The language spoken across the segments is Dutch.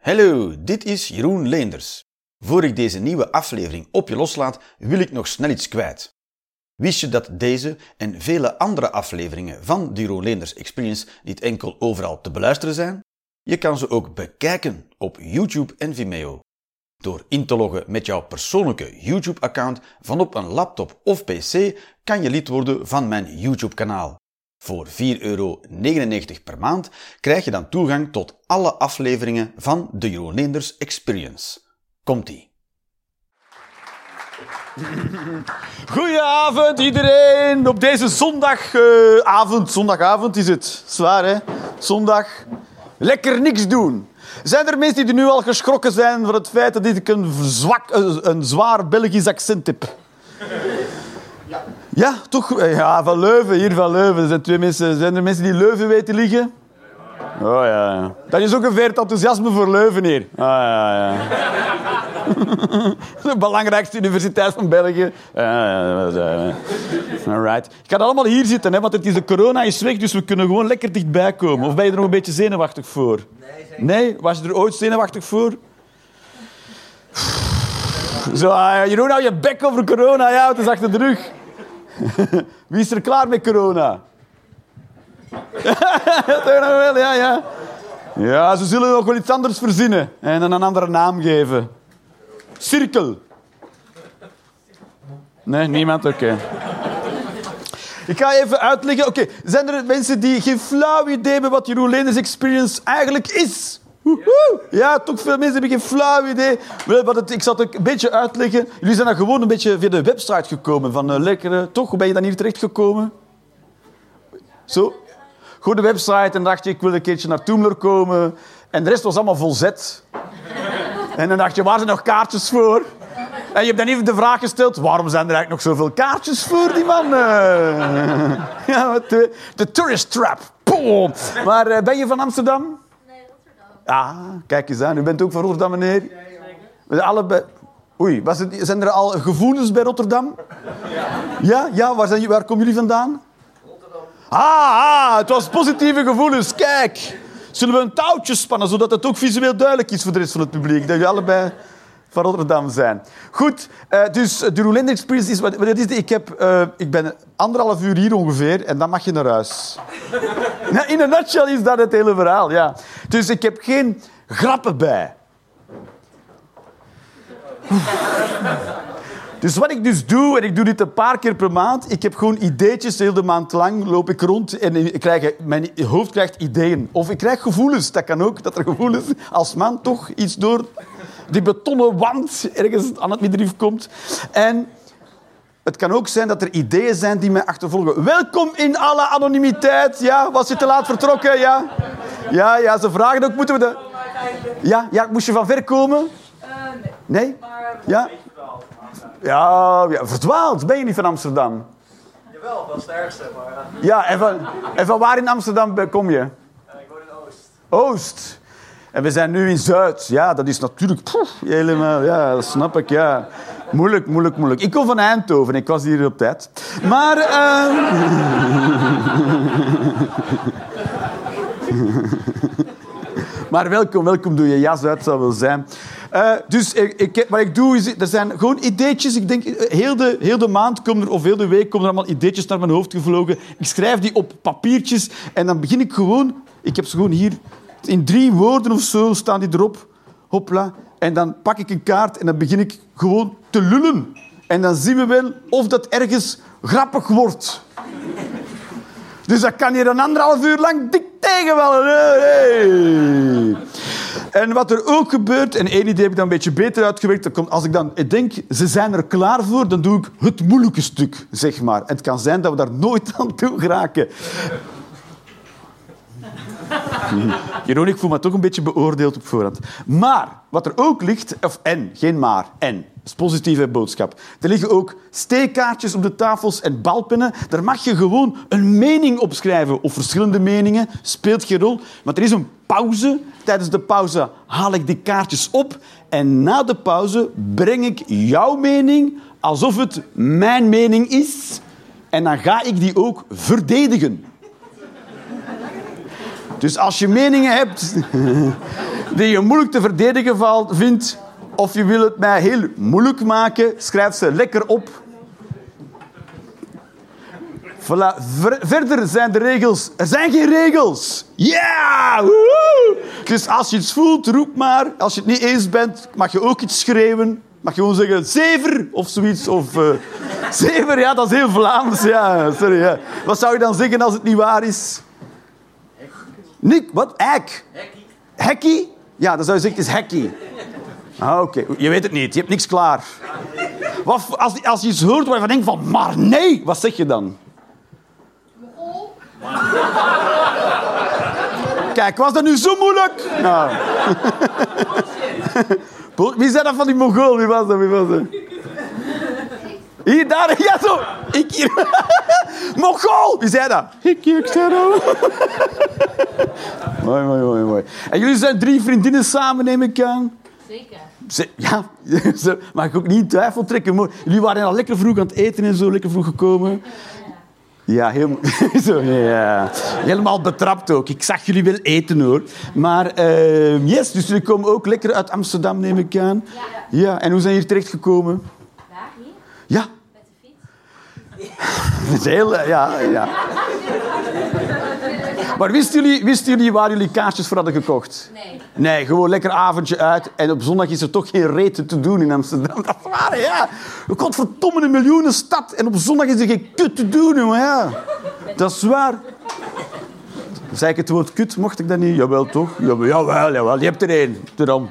Hallo, dit is Jeroen Leenders. Voor ik deze nieuwe aflevering op je loslaat, wil ik nog snel iets kwijt. Wist je dat deze en vele andere afleveringen van de Jeroen Leenders Experience niet enkel overal te beluisteren zijn? Je kan ze ook bekijken op YouTube en Vimeo. Door in te loggen met jouw persoonlijke YouTube-account van op een laptop of pc kan je lid worden van mijn YouTube-kanaal. Voor €4,99 per maand krijg je dan toegang tot alle afleveringen van de Jeroen Leenders Experience. Komt-ie. Goedenavond iedereen, op deze zondagavond is het. Zwaar hè, zondag. Lekker niks doen. Zijn er mensen die nu al geschrokken zijn van het feit dat ik een zwaar Belgisch accent heb? Ja, toch? Ja, van Leuven, hier van Leuven. Er zijn twee mensen. Zijn er mensen die Leuven weten liggen? Oh ja. Dat is ongeveer het enthousiasme voor Leuven hier. ja. De belangrijkste universiteit van België. Alright. Ik ga allemaal hier zitten, hè, want het is de corona is weg, dus we kunnen gewoon lekker dichtbij komen. Of ben je er nog een beetje zenuwachtig voor? Nee? Was je er ooit zenuwachtig voor? Zo, Jeroen, hou je bek over corona. Ja, het is achter de rug. Wie is er klaar met corona? Ja. Ja, ze zullen nog wel iets anders verzinnen en een andere naam geven. Cirkel. Nee, niemand? Oké. Ik ga even uitleggen. Oké, zijn er mensen die geen flauw idee hebben wat Jeroen Leenders Experience eigenlijk is? Ja, toch veel mensen hebben geen flauw idee. Ik zal het een beetje uitleggen. Jullie zijn dan gewoon een beetje via de website gekomen. Van lekkere, toch? Hoe ben je dan hier terechtgekomen? Zo. Goed, de website. En dacht je, ik wil een keertje naar Toemler komen. En de rest was allemaal vol zet. En dan dacht je, waar zijn nog kaartjes voor? En je hebt dan even de vraag gesteld, waarom zijn er eigenlijk nog zoveel kaartjes voor die man? Ja, de tourist trap. Boom. Maar ben je van Amsterdam? Ah, kijk eens aan. U bent ook van Rotterdam, meneer? Ja, allebei. Oei, zijn er al gevoelens bij Rotterdam? Ja, waar komen jullie vandaan? Rotterdam. Het was positieve gevoelens. Kijk, zullen we een touwtje spannen, zodat het ook visueel duidelijk is voor de rest van het publiek, dat jullie allebei van Rotterdam zijn. Goed, dus de Jeroen Leenders Experience is wat het is. Ik ben 1,5 uur hier ongeveer en dan mag je naar huis. Nou, in een nutshell is dat het hele verhaal, ja. Dus ik heb geen grappen bij. Dus wat ik dus doe, en ik doe dit een paar keer per maand, ik heb gewoon ideetjes, de hele maand lang loop ik rond en mijn hoofd krijgt ideeën. Of ik krijg gevoelens, dat kan ook, dat er gevoelens als man toch iets door die betonnen wand ergens aan het middenrif komt. En het kan ook zijn dat er ideeën zijn die mij achtervolgen. Welkom in alle anonimiteit. Ja, was je te laat vertrokken? Ja, ze vragen ook, moeten we de... Ja, moest je van ver komen? Nee? Ja? Ja, verdwaald. Ben je niet van Amsterdam? Jawel, dat is het ergste, maar... Ja, en van waar in Amsterdam kom je? Ik woon in Oost. Oost. En we zijn nu in Zuid. Ja, dat is natuurlijk... helemaal... Ja, dat snap ik, ja. Moeilijk. Ik kom van Eindhoven. Ik was hier op tijd. Maar... Maar welkom doe je. Ja, Zuid zou wel zijn. Dus wat ik doe, is... Er zijn gewoon ideetjes. Ik denk, heel de maand komen er, of heel de week komen er allemaal ideetjes naar mijn hoofd gevlogen. Ik schrijf die op papiertjes. En dan begin ik gewoon... Ik heb ze gewoon hier... In 3 woorden of zo staan die erop. Hopla. En dan pak ik een kaart en dan begin ik gewoon te lullen. En dan zien we wel of dat ergens grappig wordt. Dus dat kan hier een 1,5 uur lang dik tegenvallen. Hey. En wat er ook gebeurt, en één idee heb ik dan een beetje beter uitgewerkt. Als ik dan denk, ze zijn er klaar voor, dan doe ik het moeilijke stuk, zeg maar. En het kan zijn dat we daar nooit aan toe geraken. Jeroen, ik voel me toch een beetje beoordeeld op voorhand. Maar, wat er ook ligt... geen maar, en. Dat is positieve boodschap. Er liggen ook steekkaartjes op de tafels en balpennen. Daar mag je gewoon een mening opschrijven. Of verschillende meningen. Speelt geen rol. Maar er is een pauze. Tijdens de pauze haal ik die kaartjes op. En na de pauze breng ik jouw mening alsof het mijn mening is. En dan ga ik die ook verdedigen. Dus als je meningen hebt die je moeilijk te verdedigen vindt, of je wil het mij heel moeilijk maken, schrijf ze lekker op. Voilà. Verder zijn de regels. Er zijn geen regels. Ja! Yeah! Dus als je iets voelt, roep maar. Als je het niet eens bent, mag je ook iets schreeuwen. Mag je gewoon zeggen, zever of zoiets. Of zever, ja, dat is heel Vlaams. Ja, sorry. Ja. Wat zou je dan zeggen als het niet waar is? Nick, wat? Eik. Hekkie? Ja, dan zou je zeggen, het is hekkie. Ah, oké. Je weet het niet. Je hebt niks klaar. Wat, als je iets hoort waar je van denkt van, maar nee, wat zeg je dan? Kijk, was dat nu zo moeilijk? Nou. Wie zei dat van die Mongool? Wie was dat? Hier, daar, ja zo. Ik hier. Mongool! Wie zei dat? Ik zei dat. Mooi. En jullie zijn 3 vriendinnen samen, neem ik aan? Zeker. Ja, mag ik ook niet in twijfel trekken. Jullie waren al lekker vroeg aan het eten en zo, lekker vroeg gekomen. Ja, helemaal betrapt ook. Ik zag jullie wel eten, hoor. Maar, yes, dus jullie komen ook lekker uit Amsterdam, neem ik aan. Ja, en hoe zijn jullie terechtgekomen? Daar, hier? Ja. Met de fiets. Dat is heel, ja. Maar wisten jullie waar jullie kaartjes voor hadden gekocht? Nee. Nee, gewoon lekker avondje uit. En op zondag is er toch geen reet te doen in Amsterdam. Dat is waar, ja. Godverdomme, een miljoenenstad. En op zondag is er geen kut te doen, jongen. Ja. Dat is waar. Zei ik het woord kut? Mocht ik dat niet? Jawel, toch? Jawel. Je hebt er één. Daarom.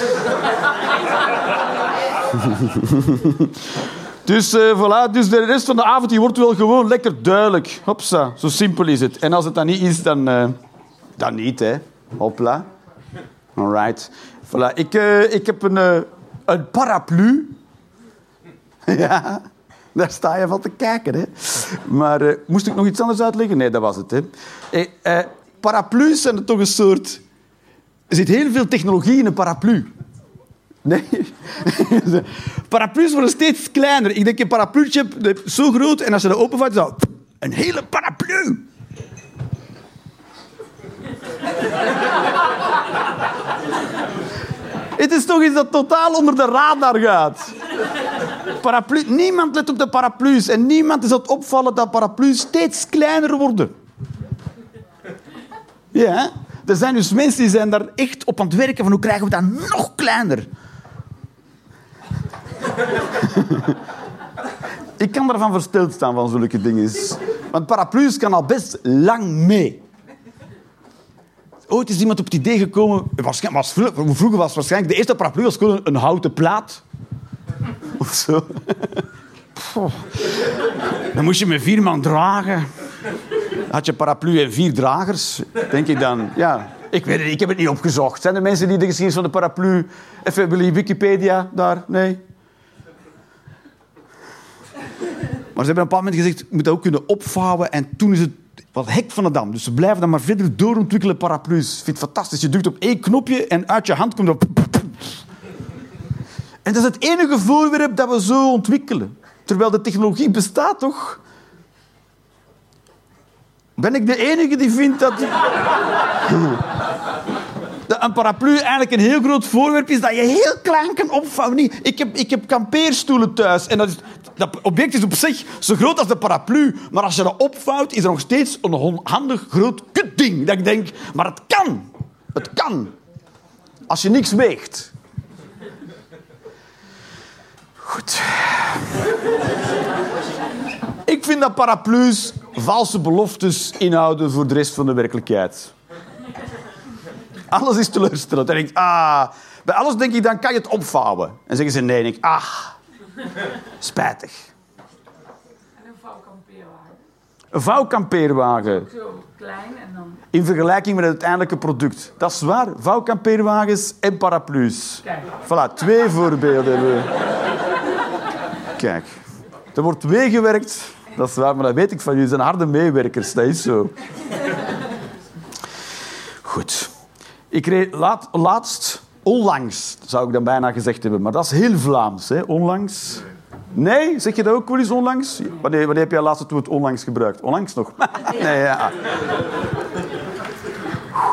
Dus voilà, dus de rest van de avond die wordt wel gewoon lekker duidelijk. Hopsa, zo simpel is het. En als het dan niet is, dan niet, hè. Hopla. Alright. Voilà, ik heb een paraplu. Ja, daar sta je van te kijken, hè. Maar moest ik nog iets anders uitleggen? Nee, dat was het, hè. Paraplu's zijn toch een soort... Er zit heel veel technologie in een paraplu. Nee. Paraplu's worden steeds kleiner. Ik denk, een parapluutje zo groot en als je dat openvalt, zo... Een hele paraplu! Het is toch iets dat totaal onder de radar gaat. Paraplu... Niemand let op de paraplu's. En niemand is aan het opvallen dat paraplu's steeds kleiner worden. Ja, er zijn dus mensen die zijn daar echt op aan het werken van hoe krijgen we dat nog kleiner. Ik kan daarvan versteld staan van zulke dingen. Want paraplu's kan al best lang mee. Ooit is iemand op het idee gekomen... Vroeger was waarschijnlijk de eerste paraplu was gewoon een houten plaat. Of zo. Dan moest je met 4 man dragen. Had je paraplu en 4 dragers, denk ik dan. Ja, ik weet het niet, ik heb het niet opgezocht. Zijn er mensen die de geschiedenis van de paraplu... Even, wil je Wikipedia daar? Nee? Maar ze hebben op een bepaald moment gezegd, je moet dat ook kunnen opvouwen. En toen is het wat hek van de dam. Dus ze blijven dan maar verder doorontwikkelen, paraplu's. Ik vind het fantastisch. Je drukt op 1 knopje en uit je hand komt dat... En dat is het enige voorwerp dat we zo ontwikkelen. Terwijl de technologie bestaat, toch? Ben ik de enige die vindt dat een paraplu eigenlijk een heel groot voorwerp is dat je heel klein kan opvouwen? Ik heb kampeerstoelen thuis en dat object is op zich zo groot als de paraplu, maar als je dat opvouwt is er nog steeds een onhandig groot kutding. Dat ik denk, maar het kan. Het kan. Als je niks weegt. Goed. Ik vind dat paraplu's valse beloftes inhouden voor de rest van de werkelijkheid. Alles is teleurstellend. Dan denk ik, bij alles denk ik, dan kan je het opvouwen. En zeggen ze nee, en denk ik, spijtig. En een vouwkampeerwagen. Een vouwkampeerwagen. Zo klein en dan... In vergelijking met het uiteindelijke product. Dat is waar. Vouwkampeerwagens en paraplu's. Kijk. Voilà, 2 voorbeelden hebben we. Kijk. Er wordt meegewerkt. Dat is waar, maar dat weet ik van jullie. Zijn harde meewerkers. Dat is zo. Goed. Ik reed onlangs, zou ik dan bijna gezegd hebben. Maar dat is heel Vlaams, hè? Onlangs. Nee? Zeg je dat ook wel eens onlangs? Wanneer heb je laatst het woord onlangs gebruikt? Onlangs nog? Nee, ja.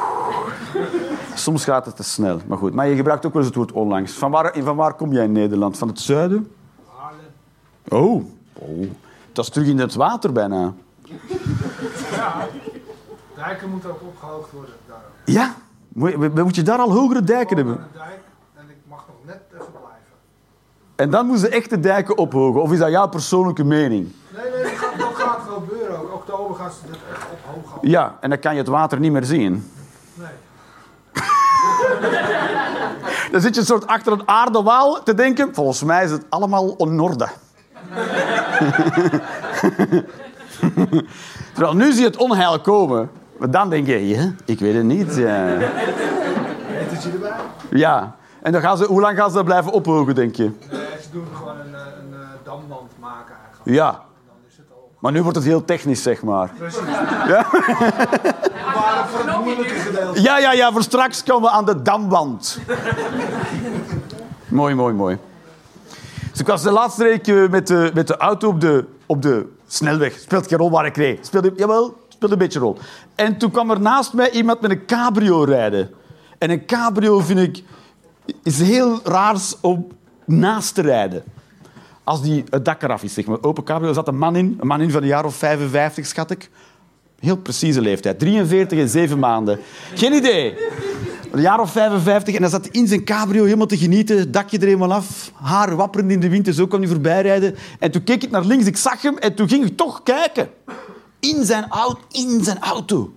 Soms gaat het te snel. Maar goed, maar je gebruikt ook wel eens het woord onlangs. Van waar kom jij in Nederland? Van het zuiden? Haarlem. Oh. Dat is terug in het water bijna. Ja. Dijken moeten ook opgehoogd worden. Daar. Ja? Moet je daar al hogere dijken hebben? Een dijk en ik mag nog net even blijven. En dan moeten ze echt de dijken ophogen? Of is dat jouw persoonlijke mening? Nee, dat gaat gebeuren ook. Oktober gaan ze dit echt ophoog houden. Ja, en dan kan je het water niet meer zien. Nee. Dan zit je een soort achter een aardewaal te denken. Volgens mij is het allemaal in orde. Terwijl nu zie je het onheil komen. Maar dan denk je, ja, ik weet het niet. Ja. Etentje erbij? Ja. En dan hoe lang gaan ze dat blijven ophogen, denk je? Nee, ze doen gewoon een damwand maken eigenlijk. Ja. En dan is het al. Maar nu wordt het heel technisch, zeg maar. Precies. Ja? We waren voor het moeilijke gedeelte. Ja, voor straks komen we aan de damwand. Mooi. Dus ik was de laatste week met de auto op de snelweg. Speelt geen rol waar ik reed. Speelde een beetje rol. En toen kwam er naast mij iemand met een cabrio rijden. En een cabrio vind ik is heel raars om naast te rijden. Als die het dak eraf is, zeg maar. Open cabrio, er zat een man in van een jaar of 55, schat ik. Heel precieze leeftijd. 43 en 7 maanden. Geen idee. Een jaar of 55 en hij zat in zijn cabrio helemaal te genieten. Het dakje er helemaal af. Haar wapperend in de wind, dus zo kwam hij voorbij rijden. En toen keek ik naar links, ik zag hem en toen ging ik toch kijken. In zijn auto.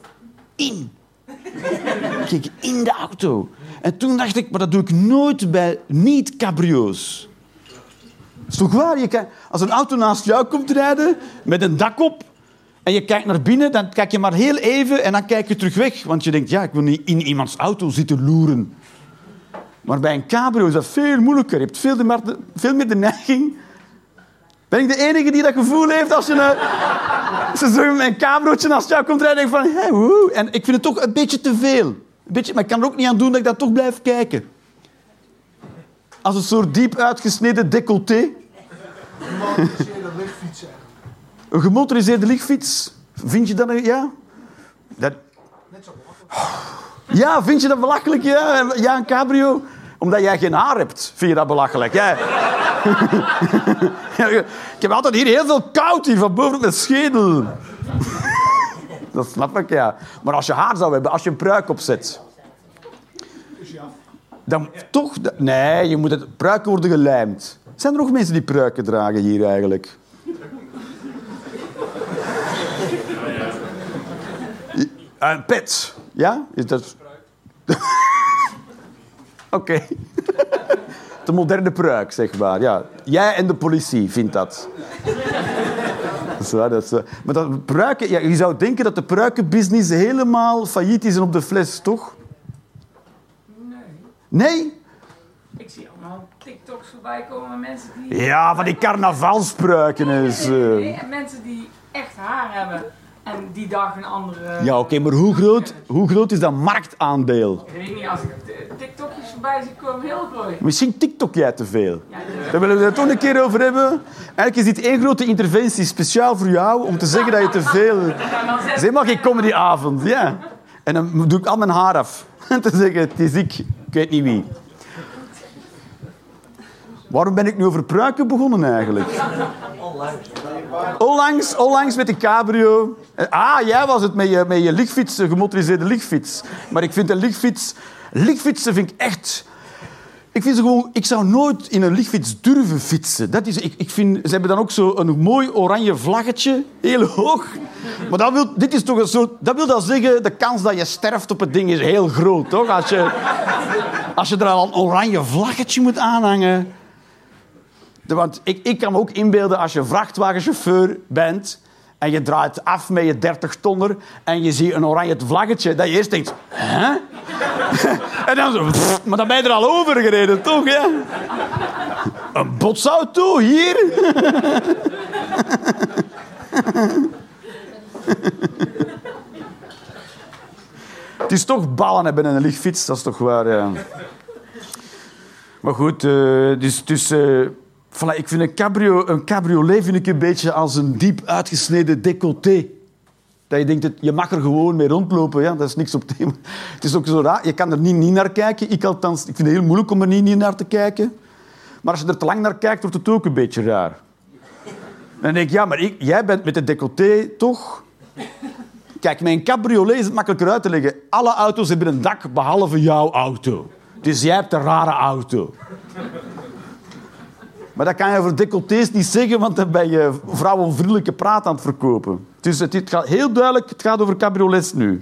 Kijk, in de auto. En toen dacht ik, maar dat doe ik nooit bij niet-cabrio's. Dat is toch waar? Als een auto naast jou komt rijden, met een dak op, en je kijkt naar binnen, dan kijk je maar heel even en dan kijk je terug weg. Want je denkt, ja, ik wil niet in iemands auto zitten loeren. Maar bij een cabrio is dat veel moeilijker. Je hebt veel meer de neiging. Ben ik de enige die dat gevoel heeft als je zo met een cabrootje naast jou komt rijden en denkt van, hey, woe. En ik vind het toch een beetje te veel. Maar ik kan er ook niet aan doen dat ik dat toch blijf kijken. Als een soort diep uitgesneden décolleté. Gemotoriseerde lichtfiets eigenlijk. Een gemotoriseerde lichtfiets. Vind je dat... Ja? Net zo belachelijk. Ja, vind je dat belachelijk? Ja, een cabrio. Omdat jij geen haar hebt, vind je dat belachelijk. Ja. Ik heb altijd hier heel veel koud hier van boven op mijn schedel. Dat snap ik, ja. Maar als je haar zou hebben, als je een pruik opzet... Dan toch... Nee, pruiken worden gelijmd. Zijn er nog mensen die pruiken dragen hier eigenlijk? Een pet. Ja? Is dat... Oké. De moderne pruik, zeg maar. Ja. Jij en de politie vindt dat. Dat is waar. Maar dat pruiken... Ja, je zou denken dat de pruikenbusiness helemaal failliet is en op de fles, toch? Nee? Ik zie allemaal TikToks voorbij komen met mensen die... Ja, van die carnavalspruiken. Nee, en mensen die echt haar hebben. En die dag een andere... Ja, oké, maar hoe groot is dat marktaandeel? Ik weet niet, als ik TikTokjes voorbij zie komen, heel groot. Misschien TikTok jij te veel. Ja, Daar willen we het toch een keer over hebben. Eigenlijk is dit één grote interventie, speciaal voor jou, om te zeggen dat je te veel... Het is helemaal geen comedyavond, ja. En dan doe ik al mijn haar af. En te zeggen, het is ik weet niet wie. Waarom ben ik nu over pruiken begonnen eigenlijk? Onlangs met de cabrio. Jij was het met je lichtfiets, een gemotoriseerde lichtfiets. Maar ik vind een lichtfiets... Lichtfietsen vind ik echt... Ik zou nooit in een lichtfiets durven fietsen. Ze hebben dan ook zo een mooi oranje vlaggetje, heel hoog. Maar dat wil dan zeggen, de kans dat je sterft op het ding is heel groot, toch? Als je er al een oranje vlaggetje moet aanhangen. Want ik kan me ook inbeelden, als je vrachtwagenchauffeur bent en je draait af met je 30-tonner en je ziet een oranje vlaggetje, dat je eerst denkt, hè? En dan zo, maar dan ben je er al over gereden, toch? Ja? Een botsauto hier? Het is toch ballen hebben en een lichtfiets, dat is toch waar, ja. Maar goed, voilà, ik vind een cabriolet vind ik een beetje als een diep uitgesneden décolleté. Dat je denkt, je mag er gewoon mee rondlopen. Ja? Dat is niks op thema. Het is ook zo raar. Je kan er niet naar kijken. Ik vind het heel moeilijk om er niet naar te kijken. Maar als je er te lang naar kijkt, wordt het ook een beetje raar. Dan denk ik, ja, maar jij bent met het decolleté, toch? Kijk, met een cabriolet is het makkelijker uit te leggen. Alle auto's hebben een dak, behalve jouw auto. Dus jij hebt een rare auto. Maar dat kan je over decolletés niet zeggen, want dan ben je vrouwenvriendelijke praat aan het verkopen. Dus het gaat heel duidelijk, het gaat over cabriolets nu.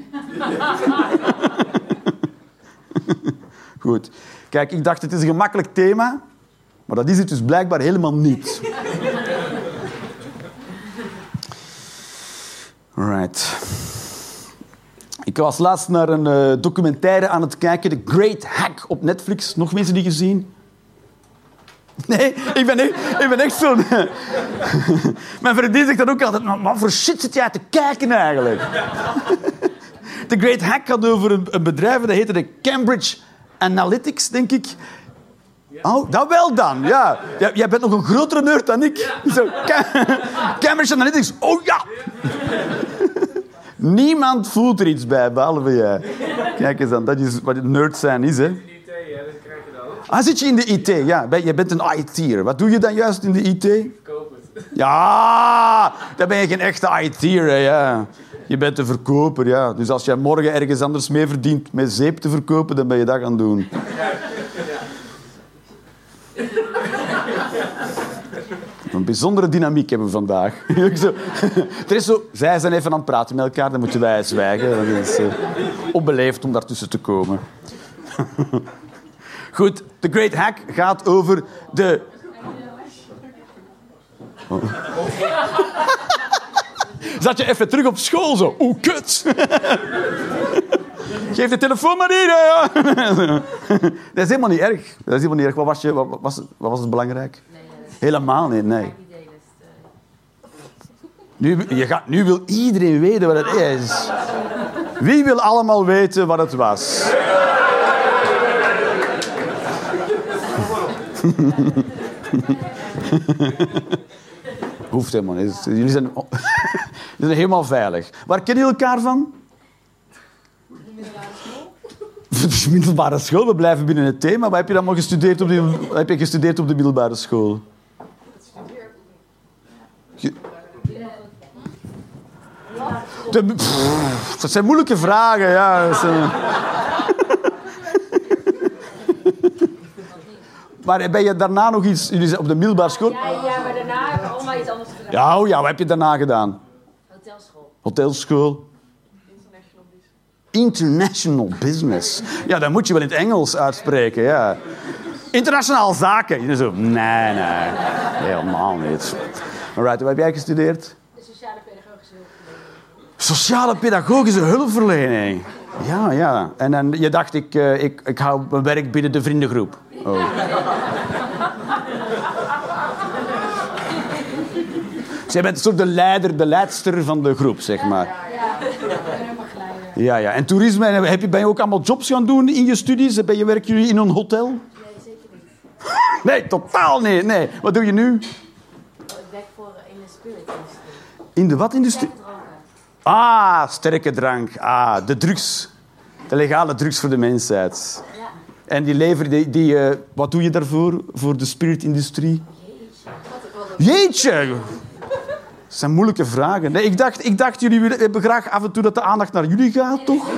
Goed. Kijk, ik dacht, het is een gemakkelijk thema, maar dat is het dus blijkbaar helemaal niet. Right. Ik was laatst naar een documentaire aan het kijken, The Great Hack op Netflix. Nog mensen die gezien? Nee, ik ben echt zo'n... Mijn vriendin zegt dan ook altijd, wat voor shit zit jij te kijken eigenlijk? The Great Hack gaat over een bedrijf, dat heette de Cambridge Analytics, denk ik. Oh, dat wel dan, ja. Jij bent nog een grotere nerd dan ik. Zo, Cambridge Analytics, oh ja! Niemand voelt er iets bij, behalve jij. Kijk eens aan, dat is wat nerd zijn is, hè. Zit je in de IT? Ja, je bent een IT'er. Wat doe je dan juist in de IT? Verkoop het. Ja, dan ben je geen echte IT'er, ja. Je bent een verkoper, ja. Dus als jij morgen ergens anders mee verdient met zeep te verkopen, dan ben je dat gaan doen. Een bijzondere dynamiek hebben we vandaag. Er is zo, zij zijn even aan het praten met elkaar, dan moeten wij zwijgen. Dat is onbeleefd om daartussen te komen. Goed, The Great Hack gaat over de... Oh. Zat je even terug op school zo? Oeh, kut! Geef de telefoon maar hier, ja. Dat is helemaal niet erg. Dat is helemaal niet erg. Wat was het belangrijk? Helemaal niet, nee. Nu wil iedereen weten wat het is. Wie wil allemaal weten wat het was? Hoeft helemaal niet. Jullie zijn helemaal veilig. Waar kennen jullie elkaar van? De middelbare school. We blijven binnen het thema. Wat heb je dan maar gestudeerd op de middelbare school? Dat zijn moeilijke vragen, ja. Maar ben je daarna nog iets... Jullie zijn op de middelbare school? Ja, maar daarna hebben we allemaal iets anders gedaan. Ja, oh ja, wat heb je daarna gedaan? Hotelschool. Hotelschool. International business. Ja, dat moet je wel in het Engels uitspreken, ja. Internationaal zaken. Je zo, nee, helemaal niet. Alright, wat heb jij gestudeerd? De sociale pedagogische hulpverlening. Sociale pedagogische hulpverlening. Ja. En dan, je dacht, ik hou mijn werk binnen de vriendengroep. Oh. Zij bent een soort de leider, de leidster van de groep, zeg maar. Ja, ik ben helemaal geleider. Ja. En toerisme, ben je ook allemaal jobs gaan doen in je studies? Werken jullie in een hotel? Nee, zeker niet. Nee, totaal niet. Nee. Wat doe je nu? Ik werk in de spirit-industrie. In de wat industrie? Sterke drank. De drugs. De legale drugs voor de mensheid. Ja. En die leveren... wat doe je daarvoor? Voor de spirit-industrie? Jeetje! Dat zijn moeilijke vragen. Nee, ik dacht, jullie hebben graag af en toe dat de aandacht naar jullie gaat, toch?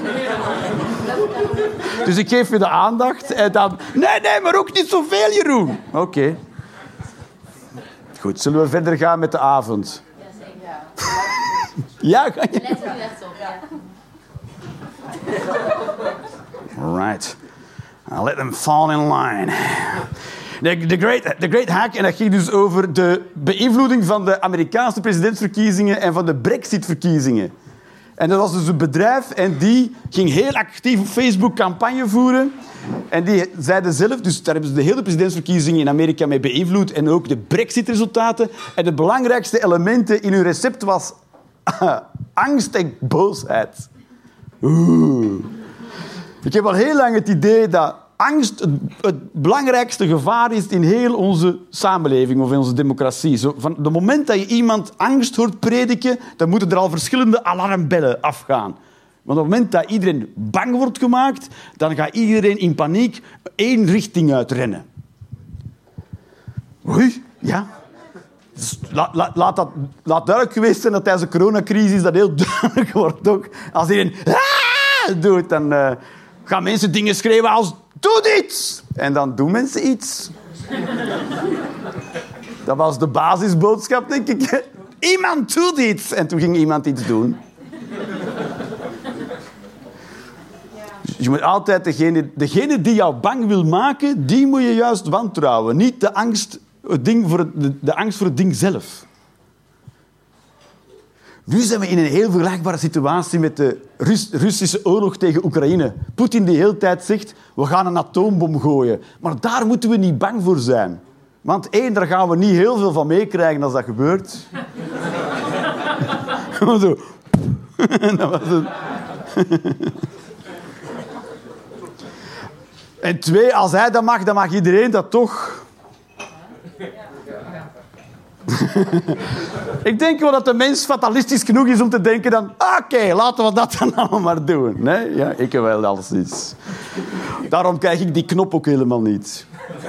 Dus ik geef je de aandacht en dan... Nee, maar ook niet zoveel, Jeroen. Oké. Goed, zullen we verder gaan met de avond? Ja, zeker. Ja, ga je? Let op, ja. Alright. I'll let them fall in line. The Great Hack, en dat ging dus over de beïnvloeding van de Amerikaanse presidentsverkiezingen en van de Brexit-verkiezingen. En dat was dus een bedrijf en die ging heel actief op Facebook campagne voeren. En die zeiden zelf, dus daar hebben ze de hele presidentsverkiezingen in Amerika mee beïnvloed en ook de Brexit-resultaten. En de belangrijkste elementen in hun recept was angst en boosheid. Ik heb al heel lang het idee dat angst het belangrijkste gevaar is in heel onze samenleving of in onze democratie. Zo, van het moment dat je iemand angst hoort prediken, dan moeten er al verschillende alarmbellen afgaan. Want op het moment dat iedereen bang wordt gemaakt, dan gaat iedereen in paniek één richting uitrennen. Oei, ja. Dus laat duidelijk geweest zijn dat tijdens de coronacrisis dat heel duidelijk wordt ook. Als iedereen doet, dan gaan mensen dingen schreeuwen als doe iets! En dan doen mensen iets. Dat was de basisboodschap, denk ik. Iemand doet iets! En toen ging iemand iets doen. Dus je moet altijd degene die jou bang wil maken, die moet je juist wantrouwen. Niet de angst, de angst voor het ding zelf. Nu zijn we in een heel vergelijkbare situatie met de Russische oorlog tegen Oekraïne. Poetin die de hele tijd zegt, we gaan een atoombom gooien. Maar daar moeten we niet bang voor zijn. Want één, daar gaan we niet heel veel van meekrijgen als dat gebeurt. Zo. Dat was het. En twee, als hij dat mag, dan mag iedereen dat toch. Ik denk wel dat de mens fatalistisch genoeg is om te denken dan... Oké, laten we dat dan allemaal maar doen. Nee? Ja, ik wel alleszins. Daarom krijg ik die knop ook helemaal niet.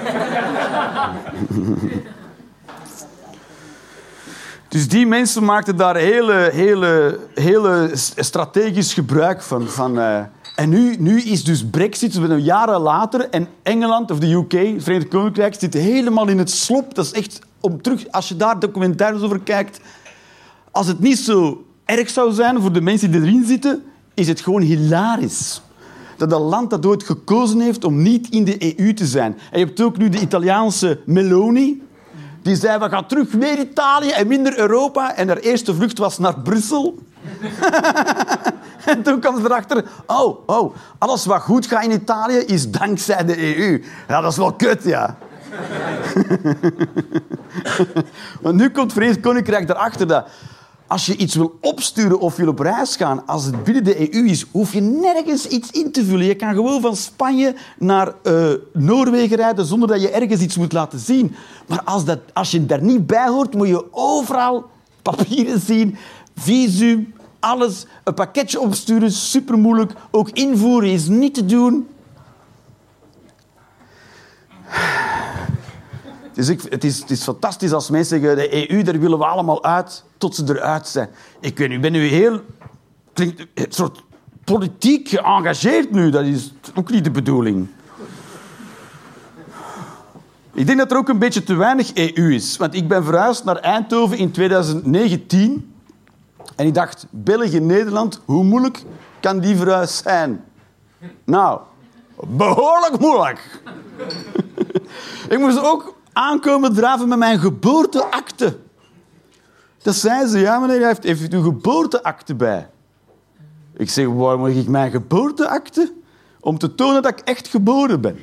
Dus die mensen maakten daar hele strategisch gebruik van. En nu is dus Brexit, we zijn jaren later, en Engeland of de UK, het Verenigd Koninkrijk, zit helemaal in het slop. Dat is echt, als je daar documentaires over kijkt, als het niet zo erg zou zijn voor de mensen die erin zitten, is het gewoon hilarisch. Dat een land dat ooit gekozen heeft om niet in de EU te zijn. En je hebt ook nu de Italiaanse Meloni. Die zei, we gaan terug meer Italië en minder Europa. En haar eerste vlucht was naar Brussel. En toen kwam ze erachter... Oh, alles wat goed gaat in Italië is dankzij de EU. Ja, dat is wel kut, ja. Want nu komt het Verenigd Koninkrijk erachter dat... Als je iets wil opsturen of wil op reis gaan, als het binnen de EU is, hoef je nergens iets in te vullen. Je kan gewoon van Spanje naar Noorwegen rijden zonder dat je ergens iets moet laten zien. Maar als je daar niet bij hoort, moet je overal papieren zien, visum, alles. Een pakketje opsturen, supermoeilijk. Ook invoeren is niet te doen. Dus het is fantastisch als mensen zeggen, de EU, daar willen we allemaal uit, tot ze eruit zijn. Ik weet niet, ik ben nu klinkt een soort politiek geëngageerd nu. Dat is ook niet de bedoeling. Ik denk dat er ook een beetje te weinig EU is. Want ik ben verhuisd naar Eindhoven in 2019. En ik dacht, België, Nederland, hoe moeilijk kan die verhuis zijn? Nou, behoorlijk moeilijk. Ik moest ook aankomen draven met mijn geboorteakte. Dat zei ze, ja meneer, heeft u uw geboorteakte bij? Ik zeg, waarom moet ik mijn geboorteakte? Om te tonen dat ik echt geboren ben.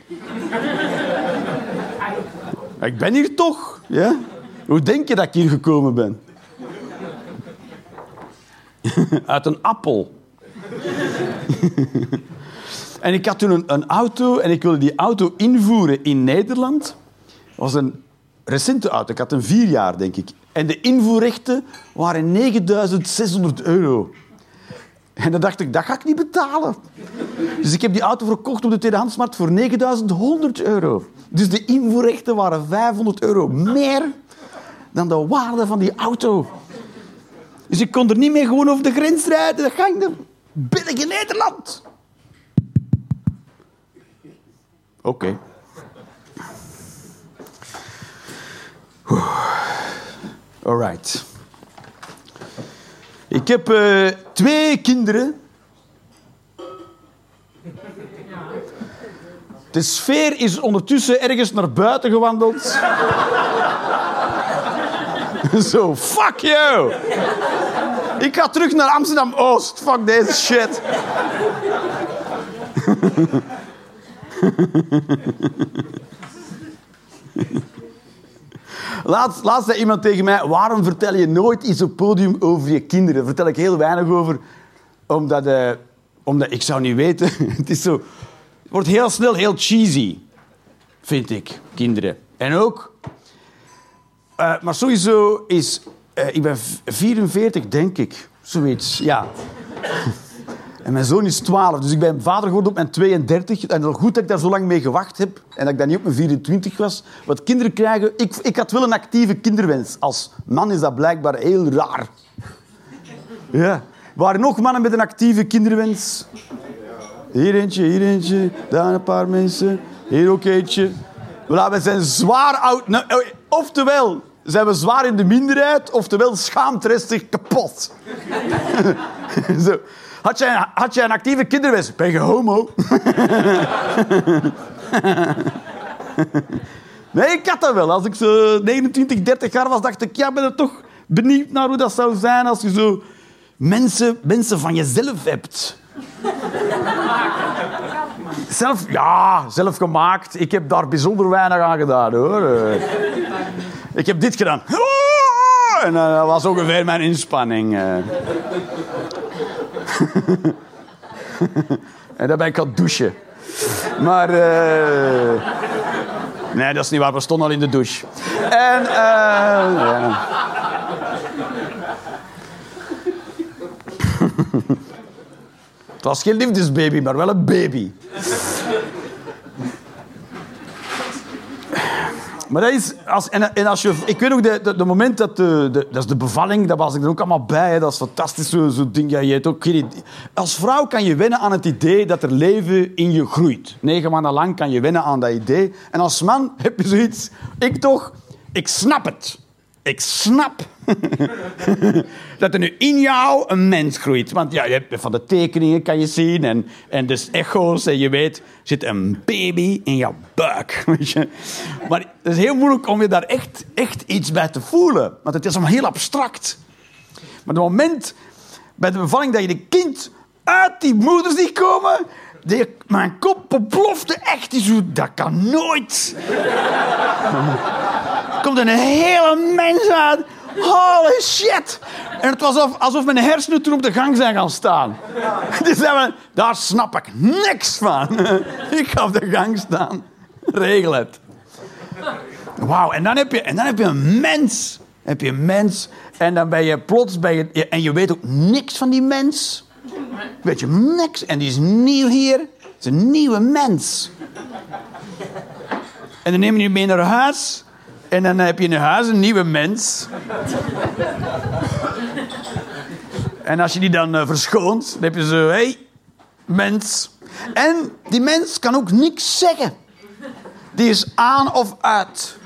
Ik ben hier toch, ja? Hoe denk je dat ik hier gekomen ben? Uit een appel. En ik had toen een auto en ik wilde die auto invoeren in Nederland. Dat was een recente auto. Ik had een 4 jaar, denk ik. En de invoerrechten waren €9.600. En dan dacht ik, dat ga ik niet betalen. Dus ik heb die auto verkocht op de tweedehandsmarkt voor €9.100. Dus de invoerrechten waren €500 meer dan de waarde van die auto. Dus ik kon er niet meer gewoon over de grens rijden. Dat ging er. België-Nederland. Oké. Alright. Ik heb 2 kinderen. De sfeer is ondertussen ergens naar buiten gewandeld. Zo, fuck you! Ik ga terug naar Amsterdam-Oost. Fuck deze shit. Laatst zei iemand tegen mij, waarom vertel je nooit iets op het podium over je kinderen? Daar vertel ik heel weinig over, omdat ik zou niet weten. Het is zo... Het wordt heel snel heel cheesy, vind ik, kinderen. En ook... maar sowieso is... ik ben 44, denk ik. Zoiets, ja. En mijn zoon is 12, dus ik ben vader geworden op mijn 32. En het is goed dat ik daar zo lang mee gewacht heb. En dat ik dan niet op mijn 24 was. Want kinderen krijgen... Ik had wel een actieve kinderwens. Als man is dat blijkbaar heel raar. Ja. Er waren nog mannen met een actieve kinderwens. Hier eentje. Daar een paar mensen. Hier ook eentje. Voilà, we zijn zwaar oud. Nou, oftewel zijn we zwaar in de minderheid, oftewel schaamtrestig kapot. Zo. Had jij een actieve kinderwens? Ben je homo? Nee, ik had dat wel. Als ik zo 29, 30 jaar was, dacht ik... Ja, ben er toch benieuwd naar hoe dat zou zijn als je zo mensen van jezelf hebt. Zelf gemaakt. Ik heb daar bijzonder weinig aan gedaan, hoor. Ik heb dit gedaan. En dat was ongeveer mijn inspanning. En dan ben ik gaan douchen. Maar... Nee, dat is niet waar. We stonden al in de douche. En... ja. Het was geen liefdesbaby, maar wel een baby. Maar dat is... Als je, ik weet nog, de moment dat... dat is de bevalling, daar was ik er ook allemaal bij. Hè. Dat is fantastisch, zo'n ding. Ja, je hebt ook geen idee. Als vrouw kan je wennen aan het idee dat er leven in je groeit. 9 maanden lang kan je wennen aan dat idee. En als man heb je zoiets... Ik snap het. Ik snap dat er nu in jou een mens groeit. Want ja, van de tekeningen kan je zien en dus echo's en je weet, er zit een baby in jouw buik. Weet je? Maar het is heel moeilijk om je daar echt iets bij te voelen. Want het is allemaal heel abstract. Maar het moment bij de bevalling dat je de kind uit die moeder ziet komen... Mijn kop plofte echt. Dat kan nooit. Er komt een hele mens uit. Holy shit. En het was alsof mijn hersenen toen op de gang zijn gaan staan. Dus daar snap ik niks van. Ik ga op de gang staan. Regel het. Wauw. En dan heb je een mens. En dan ben je plots... En je weet ook niks van die mens. Weet je, niks. En die is nieuw hier. Het is een nieuwe mens. En dan neem je die mee naar huis. En dan heb je in huis een nieuwe mens. En als je die dan verschoont, dan heb je zo... Hey, mens. En die mens kan ook niks zeggen. Die is aan of uit.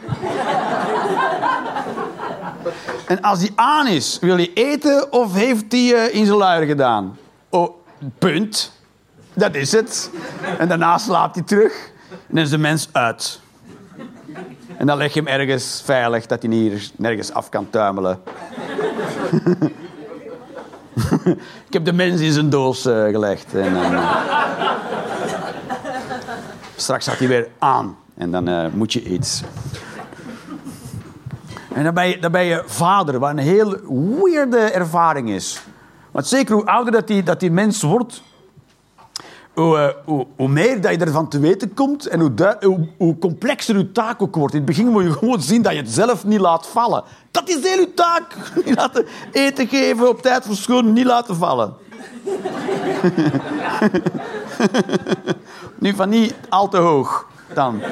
En als die aan is, wil hij eten of heeft hij in zijn luier gedaan? Oh, punt. Dat is het. En daarna slaapt hij terug. En dan is de mens uit. En dan leg je hem ergens veilig, dat hij niet nergens af kan tuimelen. Ik heb de mens in zijn doos gelegd. En dan, straks gaat hij weer aan. En dan moet je iets. En dan ben je vader, wat een heel weirde ervaring is. Want zeker hoe ouder dat die mens wordt... Hoe meer dat je ervan te weten komt en hoe complexer je taak ook wordt. In het begin moet je gewoon zien dat je het zelf niet laat vallen. Dat is heel je taak. Niet laten eten geven, op tijd verschonen, niet laten vallen. Nu van niet al te hoog dan.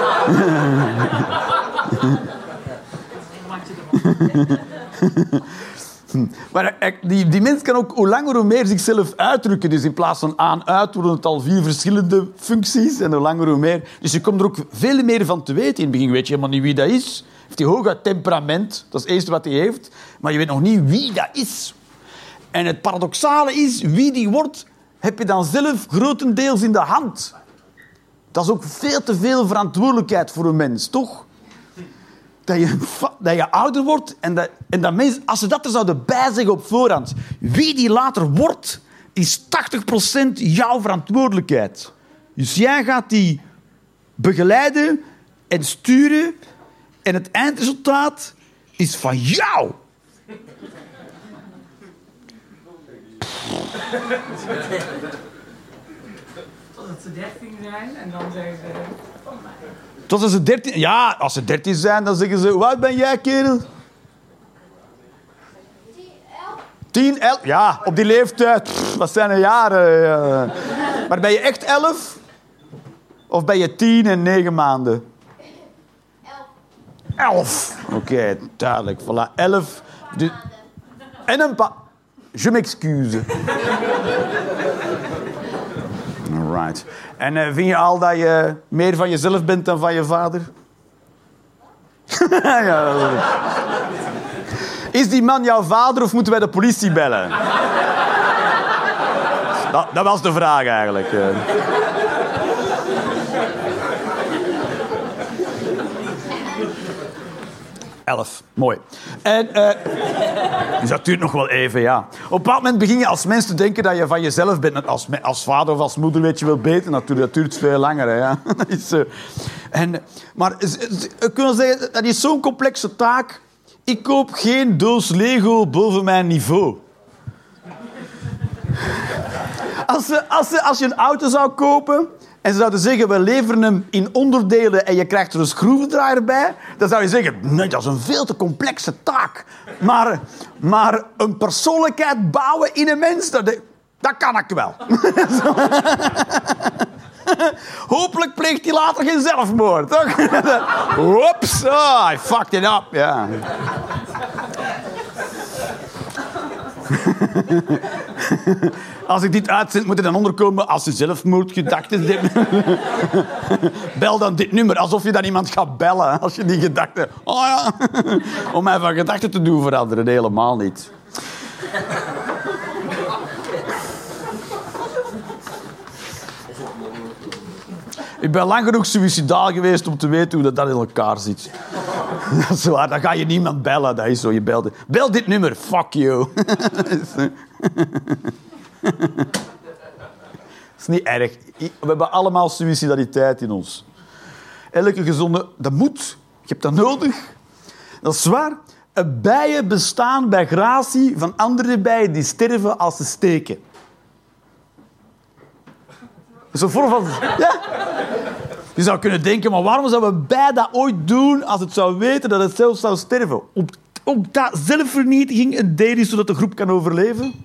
Maar die mens kan ook hoe langer hoe meer zichzelf uitdrukken. Dus in plaats van aan-uit worden het al 4 verschillende functies. En hoe langer hoe meer. Dus je komt er ook veel meer van te weten. In het begin weet je helemaal niet wie dat is. Heeft hij hooguit temperament. Dat is het eerste wat hij heeft. Maar je weet nog niet wie dat is. En het paradoxale is, wie die wordt, heb je dan zelf grotendeels in de hand. Dat is ook veel te veel verantwoordelijkheid voor een mens, toch? Dat je ouder wordt en dat mensen, als ze dat er zouden bijzeggen op voorhand, wie die later wordt, is 80% jouw verantwoordelijkheid. Dus jij gaat die begeleiden en sturen en het eindresultaat is van jou. Totdat ze 13 zijn en dan zeggen ze van mij. Tot ze 13... Ja, als ze 13 zijn, dan zeggen ze... Hoe oud ben jij, kerel? 10, 11? Ja, op die leeftijd. Wat zijn de jaren? Maar ben je echt 11? Of ben je 10 en 9 maanden? 11. Oké, duidelijk. Voilà, 11. En een paar... Je m'excuse. Alright. En vind je al dat je meer van jezelf bent dan van je vader? Ja, dat is... Is die man jouw vader of moeten wij de politie bellen? Dat was de vraag eigenlijk. 11, mooi. En dus dat duurt nog wel even, ja. Op een bepaald moment begin je als mens te denken dat je van jezelf bent. Als vader of als moeder weet je wel beter natuurlijk. Dat duurt veel langer, hè. Ja. Dat is, maar we kunnen zeggen, dat is zo'n complexe taak. Ik koop geen doos Lego boven mijn niveau. Als je een auto zou kopen en ze zouden zeggen, we leveren hem in onderdelen en je krijgt er een schroevendraaier bij, dan zou je zeggen, nee, dat is een veel te complexe taak. Maar een persoonlijkheid bouwen in een mens, dat kan ik wel. Hopelijk pleegt hij later geen zelfmoord, toch? Oeps, oh, I fucked it up, ja. Als ik dit uitzend, moet er dan onderkomen als je zelfmoordgedachten hebt. Bel dan dit nummer, alsof je dan iemand gaat bellen. Als je die gedachten... Oh ja, om mij van gedachten te doen veranderen. Nee, helemaal niet. Ik ben lang genoeg suïcidaal geweest om te weten hoe dat in elkaar zit. Dat is waar, dan ga je niemand bellen. Dat is zo, je belt. Bel dit nummer, fuck you. Dat is niet erg. We hebben allemaal suïcidaliteit in ons. Elke gezonde... Dat moet. Je hebt dat nodig. Dat is waar. Bijen bestaan bij gratie van andere bijen die sterven als ze steken. Dat is een vorm van... Ja. Je zou kunnen denken, maar waarom zou een bij dat ooit doen als het zou weten dat het zelf zou sterven? Omdat zelfvernietiging een deel is zodat de groep kan overleven?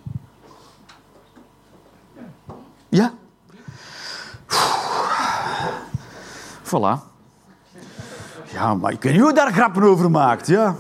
Ja. Voilà. Ja, maar ik weet niet hoe je daar grappen over maakt, ja.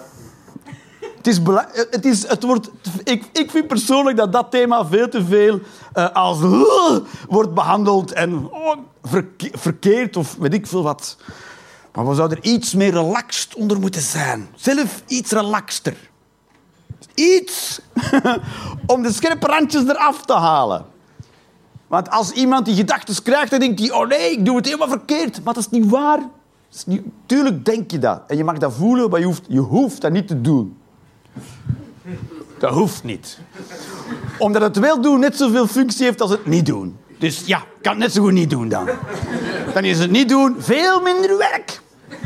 Ik vind persoonlijk dat dat thema veel te veel als wordt behandeld en verkeerd of weet ik veel wat. Maar we zouden er iets meer relaxed onder moeten zijn. Zelf iets relaxter. Iets om de scherpe randjes eraf te halen. Want als iemand die gedachten krijgt, dan denkt hij, oh nee, ik doe het helemaal verkeerd. Maar dat is niet waar. Tuurlijk denk je dat. En je mag dat voelen, maar je hoeft dat niet te doen. Dat hoeft niet. Omdat het wel doen net zoveel functie heeft als het niet doen. Dus ja, kan het net zo goed niet doen dan. Dan is het niet doen veel minder werk.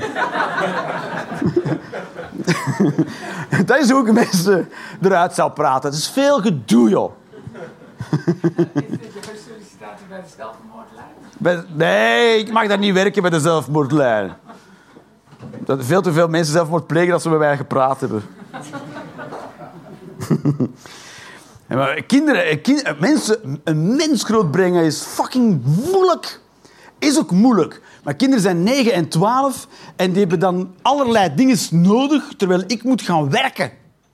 Dat is hoe ik mensen eruit zou praten. Het is veel gedoe, joh. Is dit je sollicitatie bij de zelfmoordlijn? Nee, ik mag daar niet werken bij de zelfmoordlijn. Dat veel te veel mensen zelfmoord plegen als ze met mij gepraat hebben. Maar een mens grootbrengen is fucking moeilijk. Is ook moeilijk. Maar kinderen zijn 9 en 12 en die hebben dan allerlei dingen nodig terwijl ik moet gaan werken.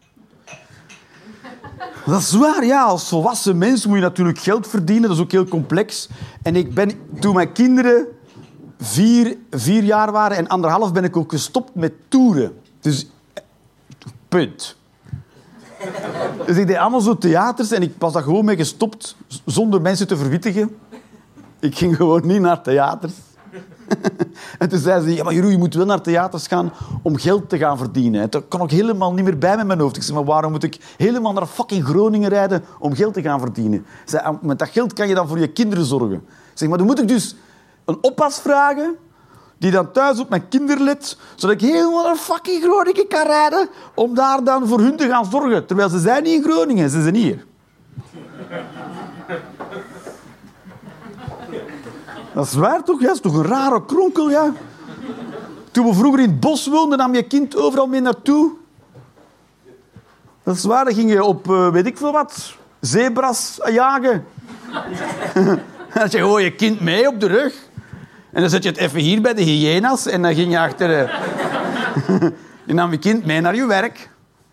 Dat is waar, ja. Als volwassen mens moet je natuurlijk geld verdienen. Dat is ook heel complex. En toen mijn kinderen 4 jaar waren en 1,5 ben ik ook gestopt met toeren. Dus, punt. Dus ik deed allemaal zo theaters en ik was daar gewoon mee gestopt zonder mensen te verwittigen. Ik ging gewoon niet naar theaters. En toen zei ze, ja, maar Jeroen, je moet wel naar theaters gaan om geld te gaan verdienen. En dat kon ik helemaal niet meer bij met mijn hoofd. Ik zei, maar waarom moet ik helemaal naar fucking Groningen rijden om geld te gaan verdienen? Ze zei, met dat geld kan je dan voor je kinderen zorgen. Ik zeg, maar dan moet ik dus een oppas vragen die dan thuis op mijn kinderen let, zodat ik helemaal naar fucking Groningen kan rijden om daar dan voor hun te gaan zorgen. Terwijl ze zijn niet in Groningen, ze zijn hier. Dat is waar toch? Ja, dat is toch een rare kronkel, ja. Toen we vroeger in het bos woonden, nam je kind overal mee naartoe. Dat is waar, dan ging je op, weet ik veel wat, zebras jagen. Dan had je gewoon je kind mee op de rug. En dan zet je het even hier bij de hyena's en dan ging je achter... je nam je kind mee naar je werk.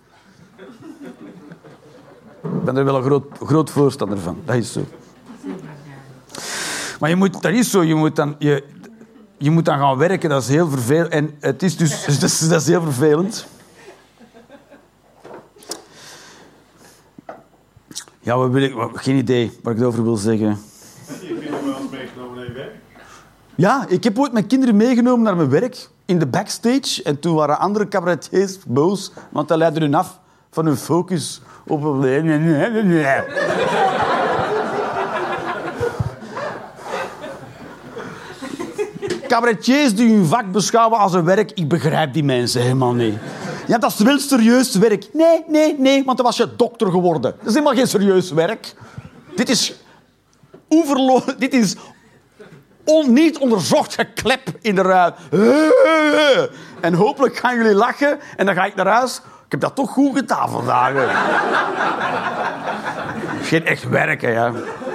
Ik ben er wel een groot voorstander van. Dat is zo. Maar dat is zo. Je moet dan gaan werken. Dat is heel vervelend. En het is dus... dat is heel vervelend. Ja, geen idee wat ik erover wil zeggen. Heb je kinderen wel eens meegenomen naar je werk? Ja, ik heb ooit mijn kinderen meegenomen naar mijn werk. In de backstage. En toen waren andere cabaretiers boos. Want dat leidde hun af van hun focus op... Cabaretiers die hun vak beschouwen als een werk, ik begrijp die mensen helemaal niet. Ja, dat is wel serieus werk. Nee, want dan was je dokter geworden. Dat is helemaal geen serieus werk. Dit is dit is niet onderzocht geklep in de ruimte. En hopelijk gaan jullie lachen en dan ga ik naar huis. Ik heb dat toch goed gedaan vandaag. Geen echt werken, ja.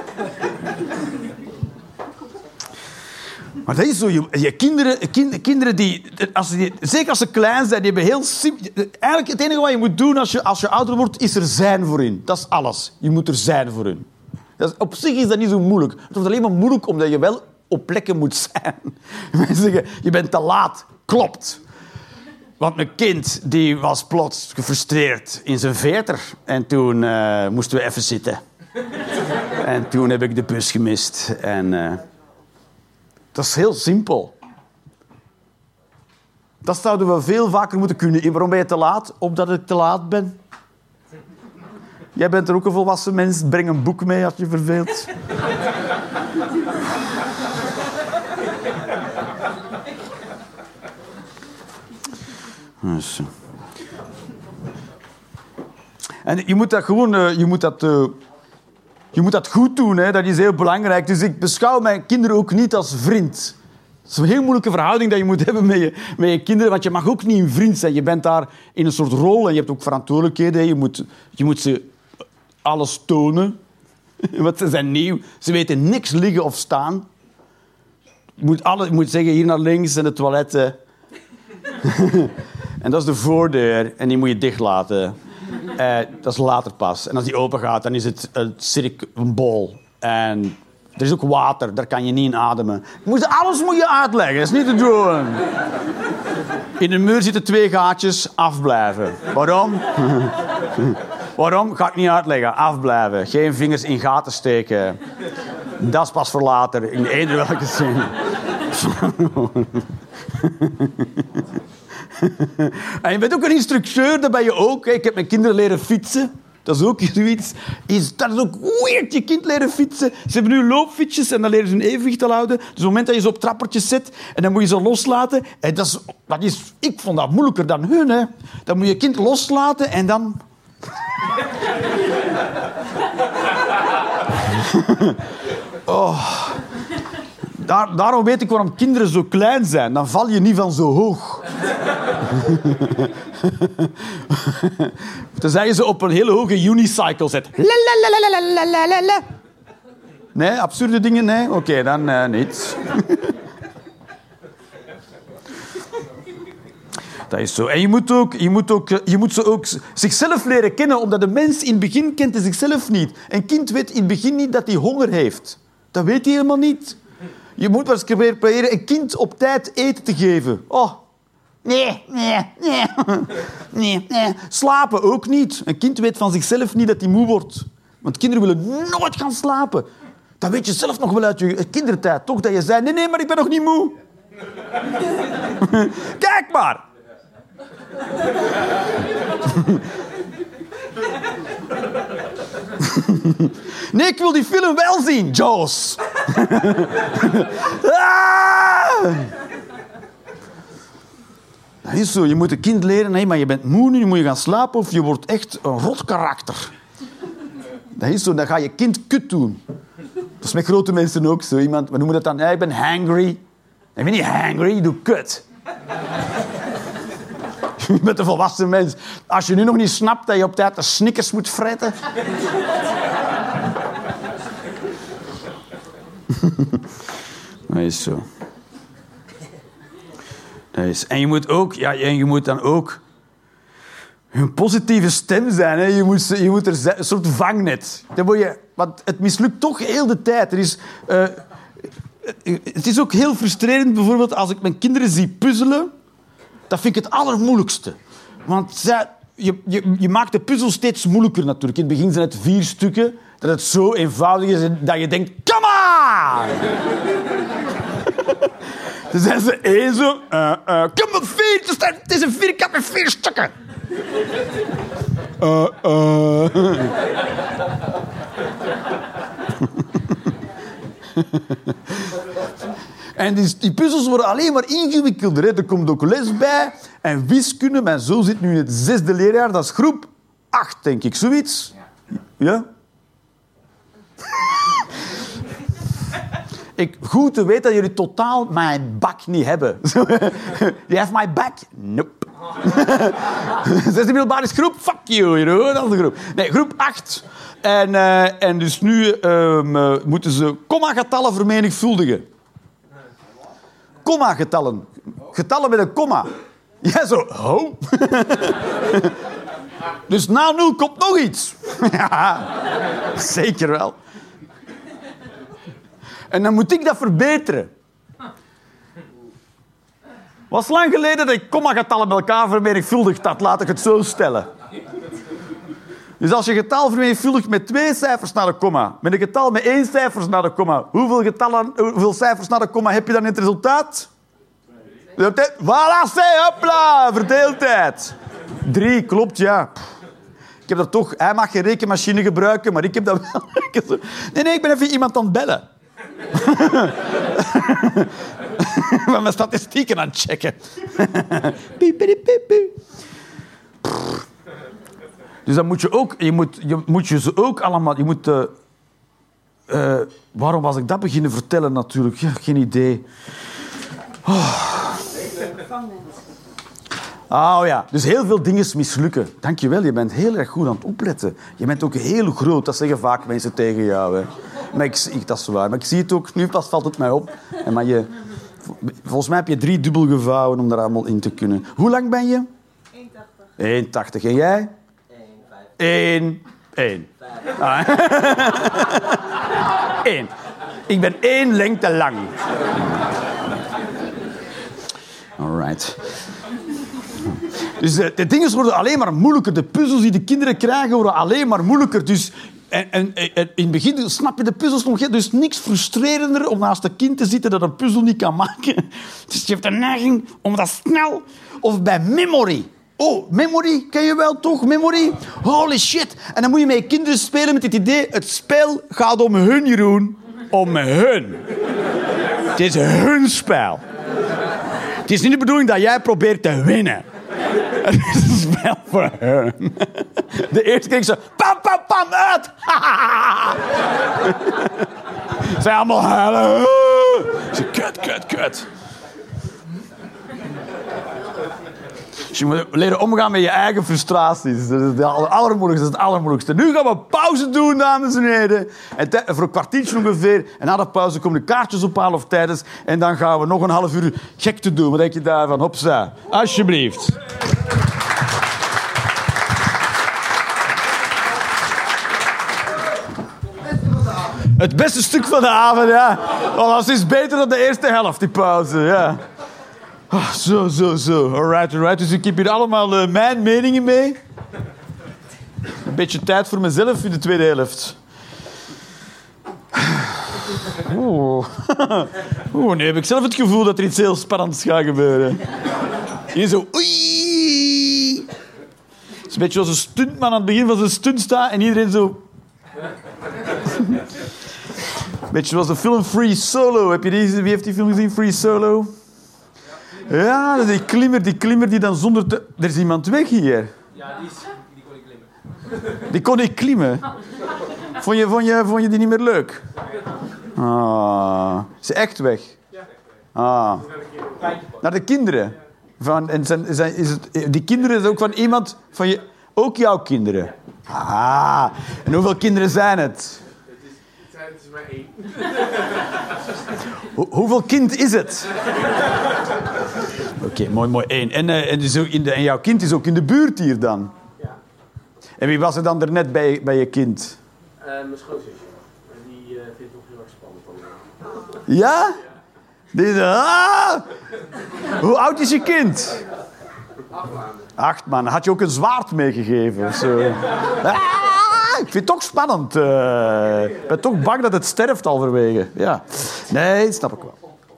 Maar dat is zo. Je kinderen die, zeker als ze klein zijn, die hebben heel simpel... Eigenlijk het enige wat je moet doen als je ouder wordt, is er zijn voor hun. Dat is alles. Je moet er zijn voor hun. Op zich is dat niet zo moeilijk. Het wordt alleen maar moeilijk omdat je wel op plekken moet zijn. Mensen zeggen, je bent te laat. Klopt. Want mijn kind die was plots gefrustreerd in zijn veter. En toen moesten we even zitten. En toen heb ik de bus gemist. En... dat is heel simpel. Dat zouden we veel vaker moeten kunnen. Waarom ben je te laat? Omdat ik te laat ben. Jij bent er ook een volwassen mens. Breng een boek mee als je verveelt. Dus. En je moet dat gewoon... je moet dat goed doen, hè. Dat is heel belangrijk. Dus ik beschouw mijn kinderen ook niet als vriend. Dat is een heel moeilijke verhouding dat je moet hebben met je kinderen. Want je mag ook niet een vriend zijn. Je bent daar in een soort rol en je hebt ook verantwoordelijkheden. Je moet ze alles tonen. Want ze zijn nieuw. Ze weten niks liggen of staan. Je moet zeggen, hier naar links en de toiletten. En dat is de voordeur. En die moet je dicht laten. Dat is later pas. En als die open gaat, dan is het een bol. En er is ook water, daar kan je niet in ademen. Alles moet je uitleggen, dat is niet te doen. In de muur zitten 2 gaatjes, afblijven. Waarom? Waarom? Ga ik niet uitleggen. Afblijven. Geen vingers in gaten steken. Dat is pas voor later, in eender welke zin. En je bent ook een instructeur, dat ben je ook. Ik heb mijn kinderen leren fietsen. Dat is ook zoiets. Dat is ook weird, je kind leren fietsen. Ze hebben nu loopfietsjes en dan leren ze hun evenwicht al houden. Dus op het moment dat je ze op trappertjes zet en dan moet je ze loslaten. En ik vond dat moeilijker dan hun. Hè. Dan moet je kind loslaten en dan... Oh... Daarom weet ik waarom kinderen zo klein zijn. Dan val je niet van zo hoog. Tenzij je ze op een hele hoge unicycle zet. Nee, absurde dingen, nee? Oké, dan niet. Dat is zo. En je moet ze ook zichzelf leren kennen, omdat de mens in het begin kent zichzelf niet. Een kind weet in het begin niet dat hij honger heeft. Dat weet hij helemaal niet. Je moet wel eens proberen een kind op tijd eten te geven. Oh, nee. Slapen ook niet. Een kind weet van zichzelf niet dat hij moe wordt. Want kinderen willen nooit gaan slapen. Dat weet je zelf nog wel uit je kindertijd, toch? Dat je zei, nee, maar ik ben nog niet moe. Kijk maar. Nee, ik wil die film wel zien, Jaws. Dat is zo, je moet een kind leren, nee, maar je bent moe nu moet je gaan slapen of je wordt echt een rot karakter. Dat is zo, dan ga je kind kut doen. Dat is met grote mensen ook zo. Iemand, we noemen dat dan, ik ben hangry. Ik ben niet hangry, je doet kut. Je bent een volwassen mens. Als je nu nog niet snapt dat je op tijd de Snickers moet fretten... Dat is zo. Dat is. En je moet ook... Ja, en je moet dan ook... een positieve stem zijn. Hè. Je moet er zijn, een soort vangnet. Dan moet je, want het mislukt toch heel de tijd. Het is ook heel frustrerend, bijvoorbeeld, als ik mijn kinderen zie puzzelen. Dat vind ik het allermoeilijkste. Want je maakt de puzzel steeds moeilijker natuurlijk. In het begin zijn het 4 stukken. Dat het zo eenvoudig is dat je denkt... Come on! Dan zijn ze 1 zo... Kom op 4! Het is een vierkant met 4 stukken. En die puzzels worden alleen maar ingewikkelder. Hè. Er komt ook les bij. En wiskunde, mijn zoon zit nu in het 6e leerjaar. Dat is groep 8, denk ik. Zoiets. Ja? Goed te weten dat jullie totaal mijn bak niet hebben. You have my back? Nope. 6e middelbaar is groep? Fuck you, dat is de groep. Nee, groep 8. En dus nu moeten ze komma-getallen vermenigvuldigen. Komma-getallen. Getallen met een komma. Ja, zo. Oh. Dus na 0 komt nog iets. Ja, zeker wel. En dan moet ik dat verbeteren. Was lang geleden dat ik komma-getallen met elkaar vermenigvuldigd had. Laat ik het zo stellen. Dus als je getal vermenigvuldigt met 2 cijfers naar de komma, met een getal met 1 cijfer naar de komma, hoeveel cijfers naar de komma heb je dan in het resultaat? Voilà, hopla, verdeeldheid. 3, klopt, ja. Ik heb dat toch... Hij mag geen rekenmachine gebruiken, maar ik heb dat wel... Nee, ik ben even iemand aan het bellen. Met mijn statistieken aan het checken. Dus dan moet je ook... Je moet ze ook allemaal... Je moet... waarom was ik dat beginnen vertellen natuurlijk? Ja, geen idee. Oh ja, dus heel veel dingen mislukken. Dank je wel, je bent heel erg goed aan het opletten. Je bent ook heel groot, dat zeggen vaak mensen tegen jou. Hè. Maar dat is waar. Maar ik zie het ook, nu pas valt het mij op. Maar volgens mij heb je 3 dubbel gevouwen om daar allemaal in te kunnen. Hoe lang ben je? 1,80. En jij? 1. 1. 1. Ik ben 1 lengte lang. Alright. Dus de dingen worden alleen maar moeilijker. De puzzels die de kinderen krijgen worden alleen maar moeilijker. Dus in het begin snap je de puzzels nog niet. Dus niks frustrerender om naast een kind te zitten dat een puzzel niet kan maken. Dus je hebt de neiging om dat snel... Of bij memory. Oh, memory, ken je wel toch? Memory? Holy shit. En dan moet je met je kinderen spelen met het idee... Het spel gaat om hun, Jeroen. Om hun. Het is hun spel. Het is niet de bedoeling dat jij probeert te winnen. Het is een spel voor hun. De eerste keer zo... Pam, pam, pam, uit! Ze zijn allemaal huilen. Ze kut. Dus je moet leren omgaan met je eigen frustraties. Dat is het allermoeilijkste. Nu gaan we pauze doen, dames en heren. En voor een kwartiertje ongeveer. En na de pauze komen de kaartjes ophalen of tijdens. En dan gaan we nog een half uur gek te doen. Wat denk je daarvan? Hopsa. Alsjeblieft. Het beste stuk van de avond, ja. Oh, dat is beter dan de eerste helft, die pauze, ja. Oh, zo. Alright. Dus ik heb hier allemaal mijn meningen mee. Een beetje tijd voor mezelf in de tweede helft. Nu heb ik zelf het gevoel dat er iets heel spannends gaat gebeuren. Hier zo... Oei. Het is een beetje als een stuntman aan het begin van zijn stunt staat en iedereen zo... Beetje zoals de film Free Solo. Wie heeft die film gezien, Free Solo? Ja, die klimmer die dan zonder te... Er is iemand weg hier. Ja, die kon ik klimmen. Die kon ik klimmen? Vond je die niet meer leuk? Is ze echt weg? Naar de kinderen? Die kinderen is ook van iemand van je... Ook jouw kinderen? En hoeveel kinderen zijn het? Het is maar 1. Hoeveel kind is het? Oké, mooi. 1. En jouw kind is ook in de buurt hier dan? Ja. En wie was er dan daarnet bij je kind? Mijn schoonzusje. Die vindt het nog heel erg spannend. Ja? Hoe oud is je kind? 8 maanden. 8 maanden. Had je ook een zwaard meegegeven? Of zo? Ik vind het toch spannend. Ik ben toch bang dat het sterft halverwege. Ja. Nee, snap ik wel.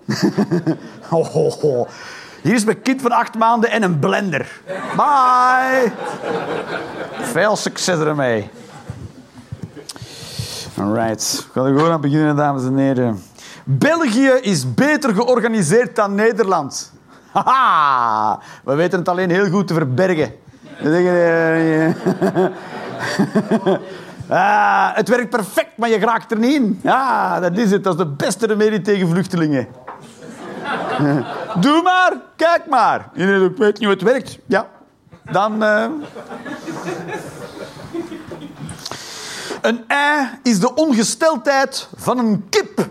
Hier is mijn kind van 8 maanden en een blender. Bye. Veel succes ermee. Alright. We gaan er gewoon aan beginnen, dames en heren. België is beter georganiseerd dan Nederland. Haha. We weten het alleen heel goed te verbergen. Het werkt perfect, maar je raakt er niet in. Ja, dat is het. Dat is de beste remedie tegen vluchtelingen. Doe maar, kijk maar. Iedereen, ik weet niet hoe het werkt. Ja, dan... Een ei is de ongesteldheid van een kip.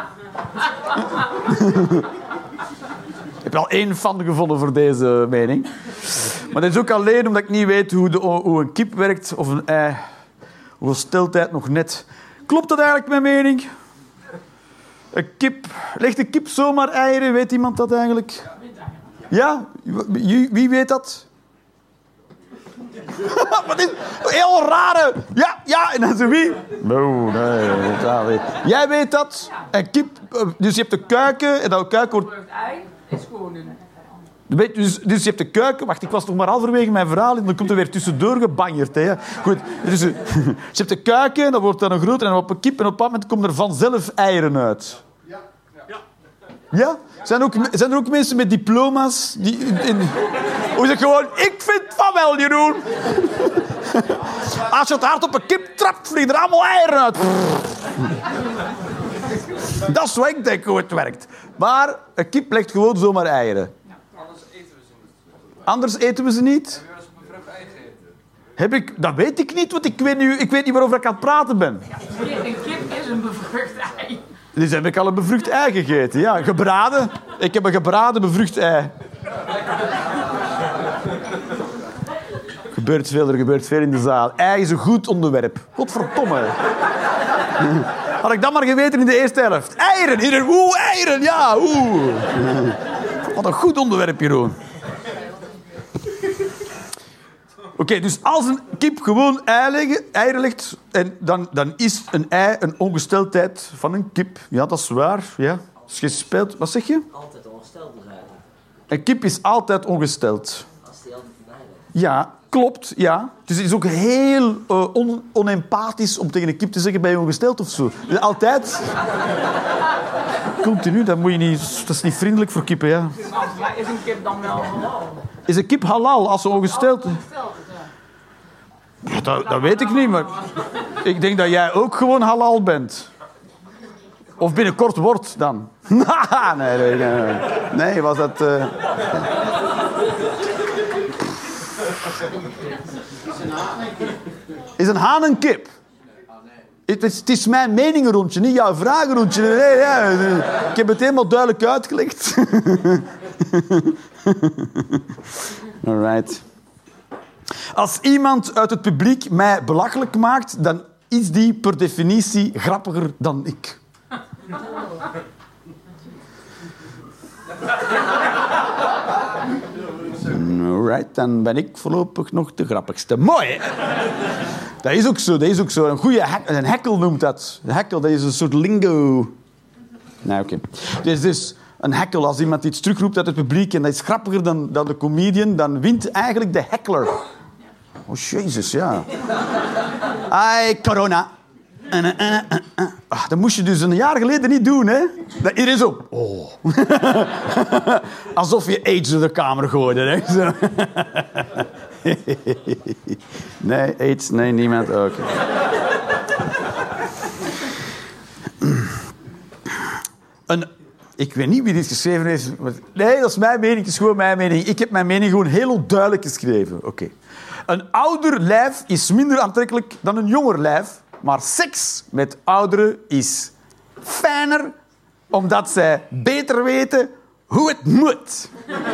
Ik heb al 1 fan gevonden voor deze mening. Maar dat is ook alleen omdat ik niet weet hoe een kip werkt of een ei. Ongesteldheid nog net. Klopt dat eigenlijk, mijn mening? Een kip. Legt een kip zomaar eieren? Weet iemand dat eigenlijk? Ja? Wie weet dat? Wat is heel rare... Ja, en dan zo wie? Nee, dat weet. Jij weet dat? Een kip... Dus je hebt de kuiken en dat kuiken wordt... Het ei is gewoon een... Dus je hebt de kuiken... Wacht, ik was nog maar halverwege mijn verhaal en dan komt er weer tussendoor gebanjerd. Hè. Goed, dus je hebt de kuiken en dat wordt dan een groter en op een kip en op een moment komen er vanzelf eieren uit. Ja? Zijn er ook mensen met diploma's? Hoe zeg gewoon, ik vind van wel, Jeroen. Als je het hard op een kip trapt, vliegen er allemaal eieren uit. Dat is wat ik denk hoe het werkt. Maar een kip legt gewoon zomaar eieren. Anders eten we ze niet? Heb ik... Dat weet ik niet, want ik weet niet waarover ik aan het praten ben. Een kip is een bevrucht ei. Dus heb ik al een bevrucht ei gegeten. Ja, gebraden. Ik heb een gebraden bevrucht ei. Er gebeurt veel in de zaal. Ei is een goed onderwerp. Godverdomme. Had ik dat maar geweten in de eerste helft. Eieren. Eieren. Ja, Wat een goed onderwerp, Jeroen. Oké, dus als een kip gewoon eieren legt, en dan is een ei een ongesteldheid van een kip. Ja, dat is waar. Ja. Is gespeeld. Wat zeg je? Altijd ongesteld dus eigenlijk. Een kip is altijd ongesteld. Als die altijd voorbij loopt. Ja, klopt. Ja. Dus het is ook heel onempathisch om tegen een kip te zeggen, ben je ongesteld of zo? Altijd. Continu, dat moet je niet... Dat is niet vriendelijk voor kippen, ja. Maar is een kip dan wel halal? Is een kip halal als ze ongesteld is? Dat weet ik niet, maar... Ik denk dat jij ook halal bent. Of binnenkort wordt dan. Nee, was dat... Is een haan een kip? Het is mijn meningenrondje, niet jouw vragenrondje. Nee. Ik heb het helemaal duidelijk uitgelegd. Alright. Als iemand uit het publiek mij belachelijk maakt, dan is die per definitie grappiger dan ik. Alright, dan ben ik voorlopig nog de grappigste. Mooi, hè? Dat is ook zo. Een goede een hekkel noemt dat. Een hekkel, dat is een soort lingo. Nee, oké. Dus een hekkel, als iemand iets terugroept uit het publiek en dat is grappiger dan de comedian, dan wint eigenlijk de heckler. Oh, jezus, ja. Ai, corona. Dat moest je dus een jaar geleden niet doen, hè? Dat iedereen zo... Oh. Alsof je AIDS door de kamer gooide, hè? Zo. Nee, AIDS? Nee, niemand? Oké. Ik weet niet wie dit geschreven heeft. Nee, dat is mijn mening. Het is gewoon mijn mening. Ik heb mijn mening gewoon heel duidelijk geschreven. Oké. Een ouder lijf is minder aantrekkelijk dan een jonger lijf. Maar seks met ouderen is fijner, omdat zij beter weten hoe het moet.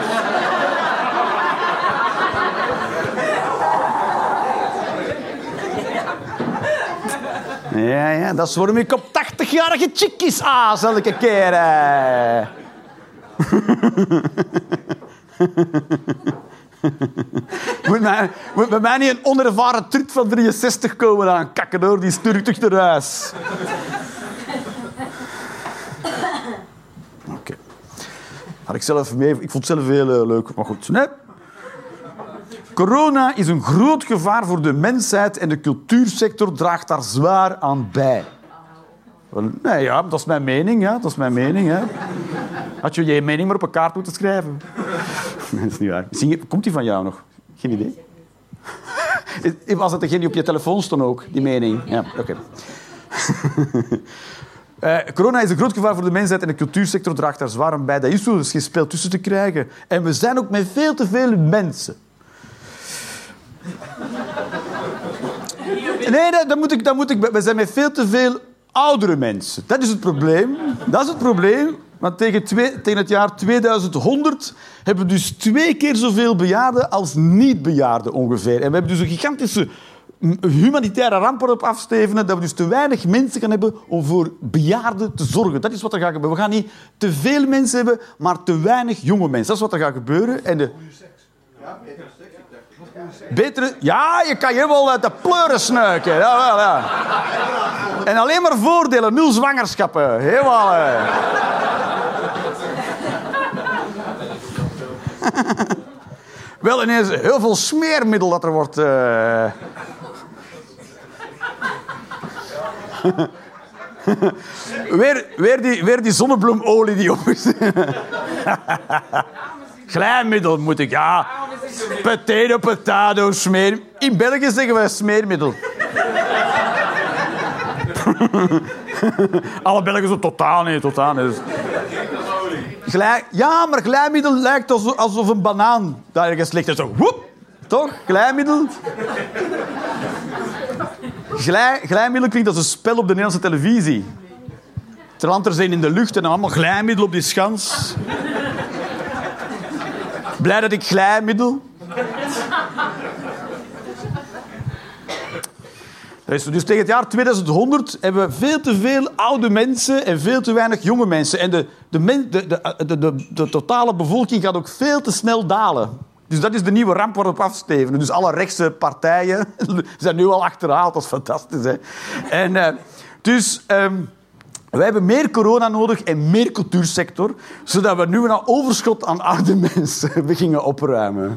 Ja, dat is waarom ik op 80-jarige chickies aas elke keer. Moet bij mij niet een onervaren trut van 63 komen aankakken, hoor. Die stuurt terug naar huis. Oké. Had ik zelf mee. Ik vond het zelf heel leuk, maar goed. Nee. Corona is een groot gevaar voor de mensheid en de cultuursector draagt daar zwaar aan bij. Nee, ja, dat is mijn mening. Ja, dat is mijn mening. Hè. Had je je mening maar op een kaart moeten schrijven? Nee, dat is niet waar. Komt die van jou nog? Geen idee. Was dat degene die op je telefoon stond ook, die mening? Ja, oké. Corona is een groot gevaar voor de mensheid en de cultuursector draagt daar zwaar aan bij. Dat is zo, er is geen spel tussen te krijgen. En we zijn ook met veel te veel mensen. Nee, dat moet ik. We zijn met veel te veel oudere mensen. Dat is het probleem. Dat is het probleem. Want tegen het jaar 2100 hebben we dus 2 keer zoveel bejaarden als niet-bejaarden ongeveer. En we hebben dus een gigantische humanitaire ramp erop afstevenen, dat we dus te weinig mensen gaan hebben om voor bejaarden te zorgen. Dat is wat er gaat gebeuren. We gaan niet te veel mensen hebben, maar te weinig jonge mensen. Dat is wat er gaat gebeuren. En betere... Ja, je kan je wel uit de pleuren snuiken. Ja. En alleen maar voordelen. 0 zwangerschappen. Helemaal. Wel ineens heel veel smeermiddel dat er wordt... weer die zonnebloemolie die op is. Glijmiddel moet ik, ja. Potato, smeer. In België zeggen wij smeermiddel. Alle Belgen zo totaal niet. Ja, maar glijmiddel lijkt alsof een banaan daar ergens ligt. En zo, woep, toch? Glijmiddel. Glijmiddel klinkt als een spel op de Nederlandse televisie. Terwijl er zijn in de lucht en dan allemaal glijmiddel op die schans. Blij dat ik glijmiddel. Dus tegen het jaar 2100 hebben we veel te veel oude mensen en veel te weinig jonge mensen. En de totale bevolking gaat ook veel te snel dalen. Dus dat is de nieuwe ramp waarop afstevenen. Dus alle rechtse partijen zijn nu al achterhaald. Dat is fantastisch, hè? En wij hebben meer corona nodig en meer cultuursector, zodat we nu een overschot aan oude mensen beginnen opruimen.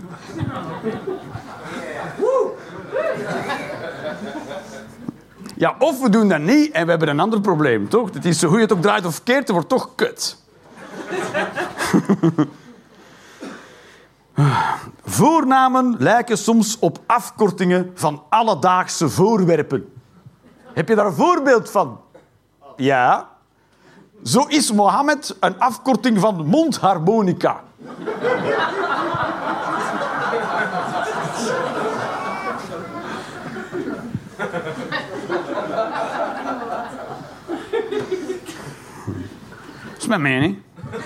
Ja, of we doen dat niet en we hebben een ander probleem, toch? Het is zo hoe je het ook draait of keert, het wordt toch kut. Voornamen lijken soms op afkortingen van alledaagse voorwerpen. Heb je daar een voorbeeld van? Ja. Zo is Mohammed een afkorting van mondharmonica. Dat is mijn mening.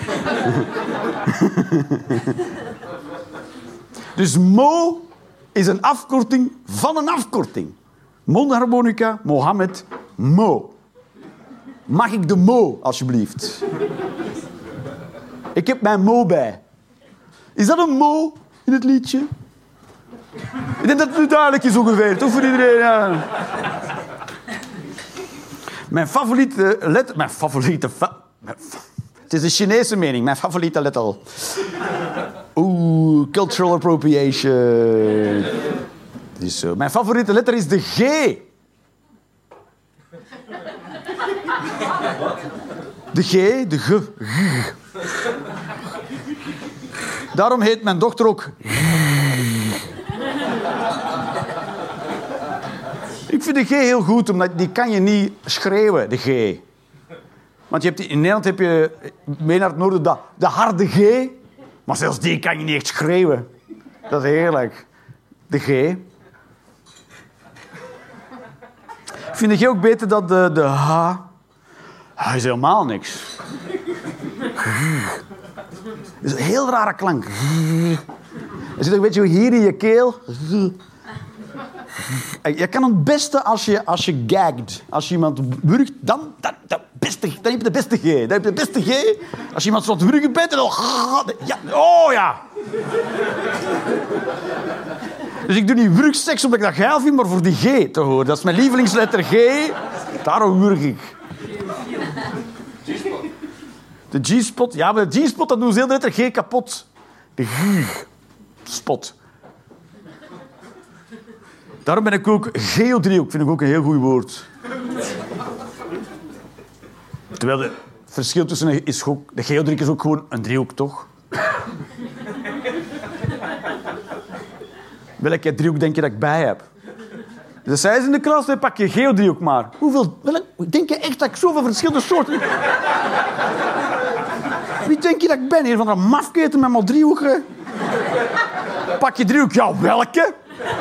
Dus Mo is een afkorting van een afkorting. Mondharmonica, Mohammed, Mo. Mag ik de Mo, alsjeblieft? Ik heb mijn Mo bij. Is dat een Mo in het liedje? Ik denk dat het nu duidelijk is ongeveer, toch voor iedereen? Ja. Mijn favoriete letter... Het is een Chinese mening. Mijn favoriete letter. Oeh, cultural appropriation. Dus zo. Mijn favoriete letter is de G. De G, de G. Daarom heet mijn dochter ook... Ik vind de G heel goed, omdat die kan je niet schreeuwen, de G. Want in Nederland heb je mee naar het noorden de harde G. Maar zelfs die kan je niet echt schreeuwen. Dat is heerlijk. De G. Vind je ook beter dat de H... H is helemaal niks. Dat is een heel rare klank. Er zit ook een beetje hier in je keel. Je kan het beste als je gagged. Als je iemand wurgt, dan heb je de beste G. Dan heb je de beste G. Als je iemand zo wurgen bent, dan... Ja, oh ja. Dus ik doe niet wurgseks omdat ik dat geil vind, maar voor die G te horen. Dat is mijn lievelingsletter G. Daarom wurg ik. De G-spot. Ja, maar de G-spot, dat doen ze heel de letter G kapot. De G-spot. Daarom ben ik ook geodriehoek. Vind ik ook een heel goed woord. Terwijl het verschil tussen is ook... De geodriehoek is ook gewoon een driehoek, toch? Welke driehoek denk je dat ik bij heb? Dus zei ze in de klas, pak je geodriehoek maar. Denk je echt dat ik zoveel verschillende soorten... Wie denk je dat ik ben? Een van de mafketen met maar driehoeken? Pak je driehoek? Ja, welke?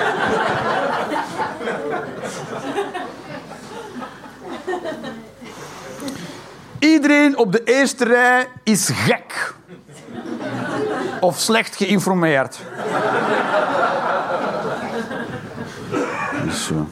Iedereen op de eerste rij is gek. Of slecht geïnformeerd. Zo.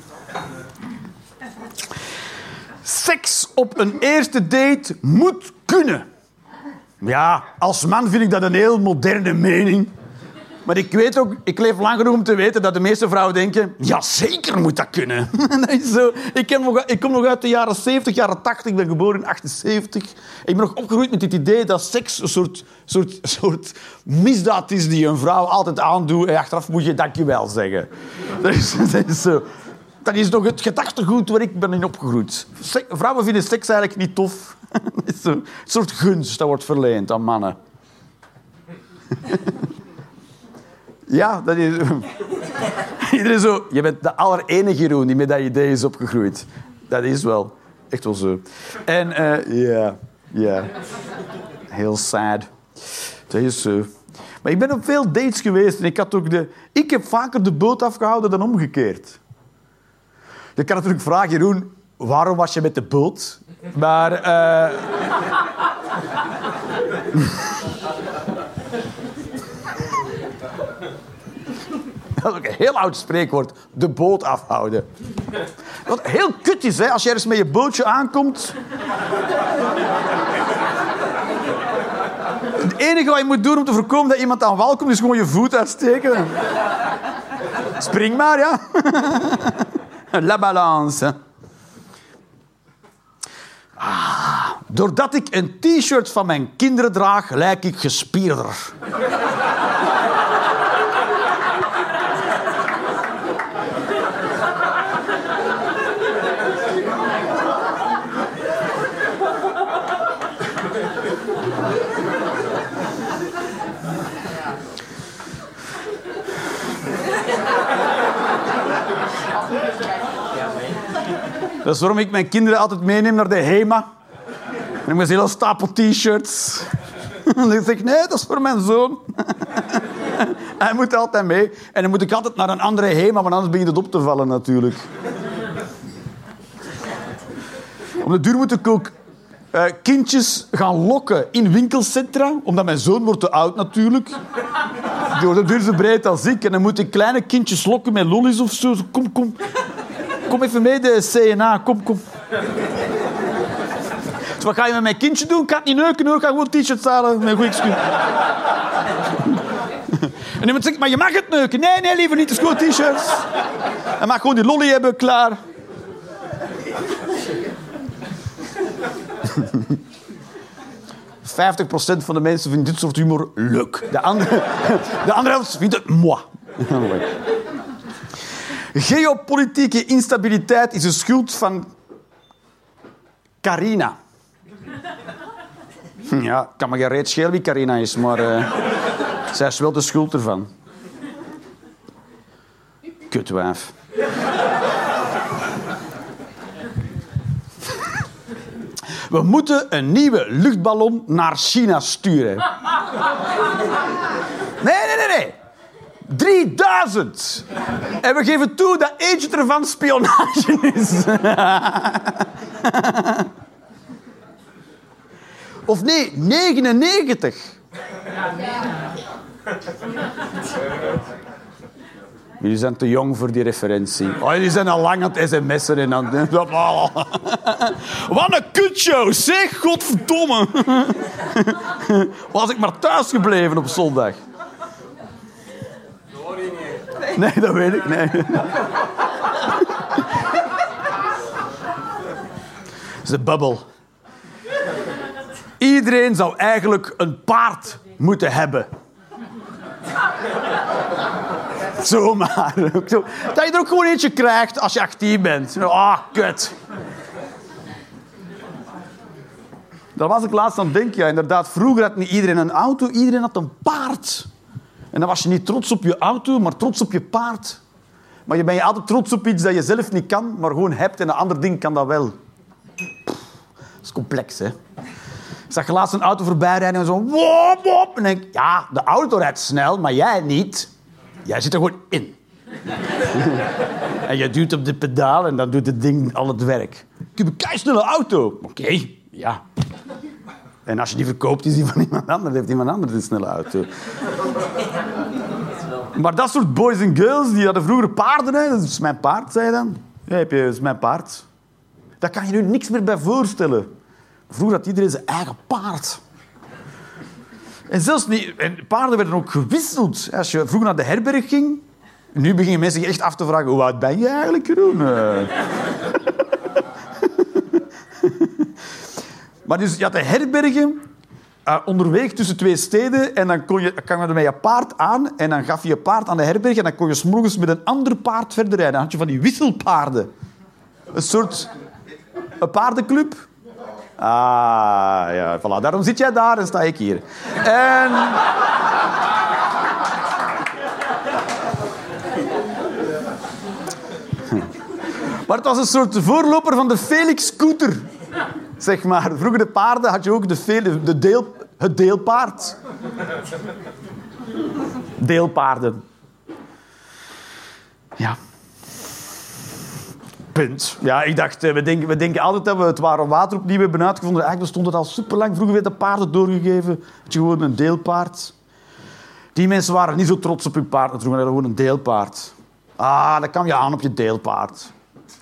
Seks op een eerste date moet kunnen. Ja, als man vind ik dat een heel moderne mening. Maar ik weet ook, ik leef lang genoeg om te weten dat de meeste vrouwen denken... Ja, zeker moet dat kunnen. Dat is zo. Ik kom nog uit de jaren 70, jaren 80. Ik ben geboren in 78. Ik ben nog opgegroeid met het idee dat seks een soort misdaad is die een vrouw altijd aandoet. En achteraf moet je dankjewel zeggen. Dat is zo. Dat is nog het gedachtegoed waar ik ben in opgegroeid. Vrouwen vinden seks eigenlijk niet tof. Dat is zo. Een soort gunst dat wordt verleend aan mannen. Ja, dat is... Iedereen zo... Je bent de allerenige Jeroen die met dat idee is opgegroeid. Dat is wel. Echt wel zo. En ja. Heel sad. Dat is zo. Maar ik ben op veel dates geweest en ik heb vaker de boot afgehouden dan omgekeerd. Je kan natuurlijk vragen, Jeroen, waarom was je met de boot? Maar... Dat is ook een heel oud spreekwoord. De boot afhouden. Wat heel kut is, hè, als je ergens met je bootje aankomt. Het enige wat je moet doen om te voorkomen dat iemand aan wal komt, is gewoon je voet uitsteken. Spring maar, ja. La balance. Doordat ik een t-shirt van mijn kinderen draag, lijk ik gespierder. Dat is waarom ik mijn kinderen altijd meeneem naar de HEMA. En ik met een hele stapel t-shirts. En ik zeg, nee, dat is voor mijn zoon. Hij moet altijd mee. En dan moet ik altijd naar een andere HEMA, want anders begint het op te vallen natuurlijk. Op de duur moet ik ook kindjes gaan lokken in winkelcentra. Omdat mijn zoon wordt te oud natuurlijk. Die wordt op de duur zo breed als ik. En dan moet ik kleine kindjes lokken met lollies of zo. Kom. Kom even mee, de CNA. Kom. Dus wat ga je met mijn kindje doen? Ik ga het niet neuken, hoor. Ik ga gewoon t-shirts halen. Met een goed excuus. En iemand zegt, maar je mag het neuken. Nee, liever niet. Het is gewoon t-shirts. Hij mag gewoon die lolly hebben, klaar. ...50% van de mensen vindt dit soort humor leuk. De andere helft vindt het moi. Geopolitieke instabiliteit is de schuld van Carina. Ja, kan me geen reet schelen wie Carina is, maar zij is wel de schuld ervan. Kutwijf. We moeten een nieuwe luchtballon naar China sturen. Nee. 3000. En we geven toe dat eentje ervan spionage is. Of nee, 99. Jullie zijn te jong voor die referentie. Oh, jullie zijn al lang aan het sms'en en aan het... Wat een kutshow, zeg, godverdomme. Was ik maar thuis gebleven op zondag. Dat hoor je niet. Nee, dat weet ik, nee. Dat is de bubbel. Iedereen zou eigenlijk een paard moeten hebben. Zomaar. Dat je er ook gewoon eentje krijgt als je actief bent. Kut. Daar was ik laatst aan het denken. Ja, inderdaad, vroeger had niet iedereen een auto, iedereen had een paard. En dan was je niet trots op je auto, maar trots op je paard. Maar je bent altijd trots op iets dat je zelf niet kan, maar gewoon hebt en een ander ding kan dat wel. Dat is complex, hè. Ik zag laatst een auto voorbij rijden en zo... Wop, wop. En denk ik, ja, de auto rijdt snel, maar jij niet. Jij zit er gewoon in. En je duwt op de pedaal en dan doet het ding al het werk. Ik heb een keisnelle auto. Oké, ja. En als je die verkoopt, is die van iemand anders. Heeft iemand anders een snelle auto. Maar dat soort boys en girls, die hadden vroeger paarden. Hè. Dat is mijn paard, zei je dan. Ja, dat is mijn paard. Daar kan je nu niks meer bij voorstellen. Vroeger had iedereen zijn eigen paard. En zelfs niet... En paarden werden ook gewisseld. Als je vroeger naar de herberg ging... Nu beginnen mensen zich echt af te vragen... Hoe oud ben je eigenlijk, Jeroen? Maar dus, je had de herbergen... onderweg tussen twee steden... En dan kwam je met je paard aan... En dan gaf je je paard aan de herberg... En dan kon je 's morgens met een ander paard verder rijden. Dan had je van die wisselpaarden. Een soort... Een paardenclub... ja, voilà. Daarom zit jij daar en sta ik hier. En... Maar het was een soort voorloper van de Felix-scooter. Zeg maar. Vroeger de paarden had je ook het deelpaard. Deelpaarden. Ja. Punt. Ja, ik dacht, we denken altijd dat we het ware water opnieuw hebben uitgevonden. Eigenlijk bestond het al superlang. Vroeger werd de paarden doorgegeven. Had je gewoon een deelpaard. Die mensen waren niet zo trots op hun paard. Vroeger hadden gewoon een deelpaard. Dan kwam je aan op je deelpaard.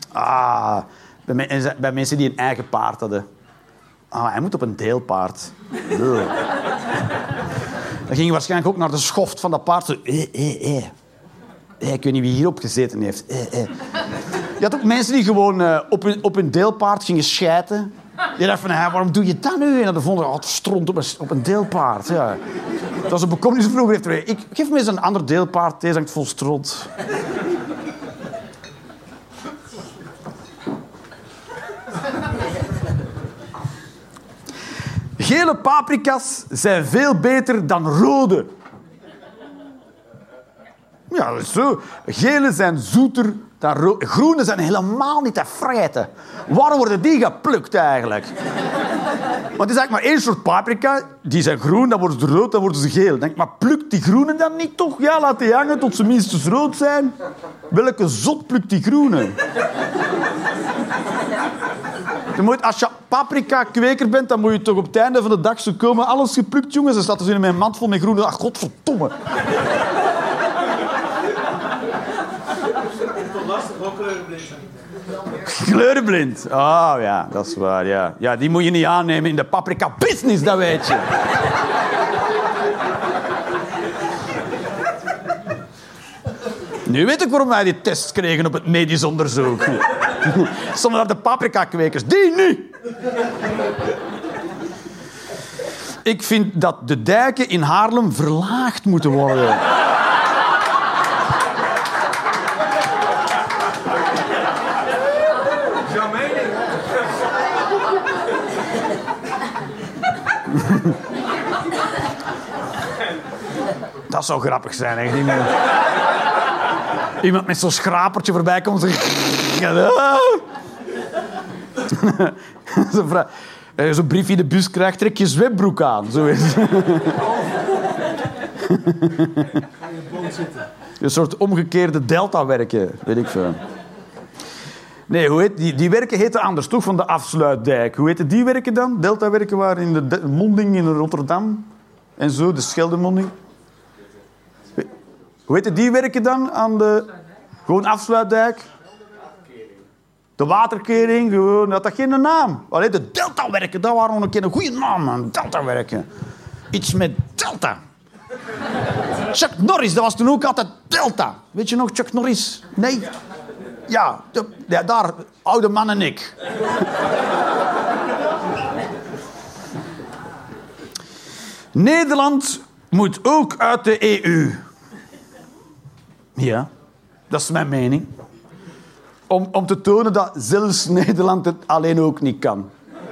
Bij mensen die een eigen paard hadden. Hij moet op een deelpaard. Dan ging je waarschijnlijk ook naar de schoft van dat paard. Zo, ik weet niet wie hierop gezeten heeft. Je had ook mensen die gewoon op hun deelpaard gingen schijten. Die dachten van, waarom doe je dat nu? En dan vonden ze, het stront op een deelpaard. Ja. Dat was een bekommernis vroeger. Ik geef me eens een ander deelpaard. Deze hangt vol stront. Gele paprika's zijn veel beter dan rode. Ja, dat is zo. Gele zijn zoeter dan rode. Groene zijn helemaal niet te vreten. Waarom worden die geplukt eigenlijk? Want het is eigenlijk maar één soort paprika. Die zijn groen, dan worden ze rood, dan worden ze geel. Denk, maar plukt die groene dan niet toch? Ja, laat die hangen tot ze minstens rood zijn. Welke zot plukt die groene? Als je paprika-kweker bent, dan moet je toch op het einde van de dag zo komen. Alles geplukt, jongens. Dan staat er zo in mijn mand vol met groene. Ach, godverdomme. Kleurenblind. Ja, dat is waar, ja. Ja, die moet je niet aannemen in de paprika-business, dat weet je. Nu weet ik waarom wij die test kregen op het medisch onderzoek. Zonder dat de paprika-kwekers, die niet. Ik vind dat de dijken in Haarlem verlaagd moeten worden. Jouw mening? Dat zou grappig zijn, echt. Iemand met zo'n schrapertje voorbij komt en zegt... Als je zo'n brief in de bus krijgt, trek je zwembroek aan. Zo is het. Een soort omgekeerde delta-werken, weet ik veel. Nee, hoe heet die werken heten anders, toch? Van de afsluitdijk. Hoe heten die werken dan? Delta-werken waren in de monding in Rotterdam. En zo, de Scheldemonding. Hoe heten die werken dan aan de... Gewoon afsluitdijk? De waterkering, gewoon. Dat had geen naam. Allee, de Delta-werken, dat waren nog een keer een goede naam, man. Delta-werken. Iets met Delta. Chuck Norris, dat was toen ook altijd Delta. Weet je nog, Chuck Norris? Nee? Ja, daar, oude man en ik. Nederland moet ook uit de EU. Ja, dat is mijn mening. Om te tonen dat zelfs Nederland het alleen ook niet kan.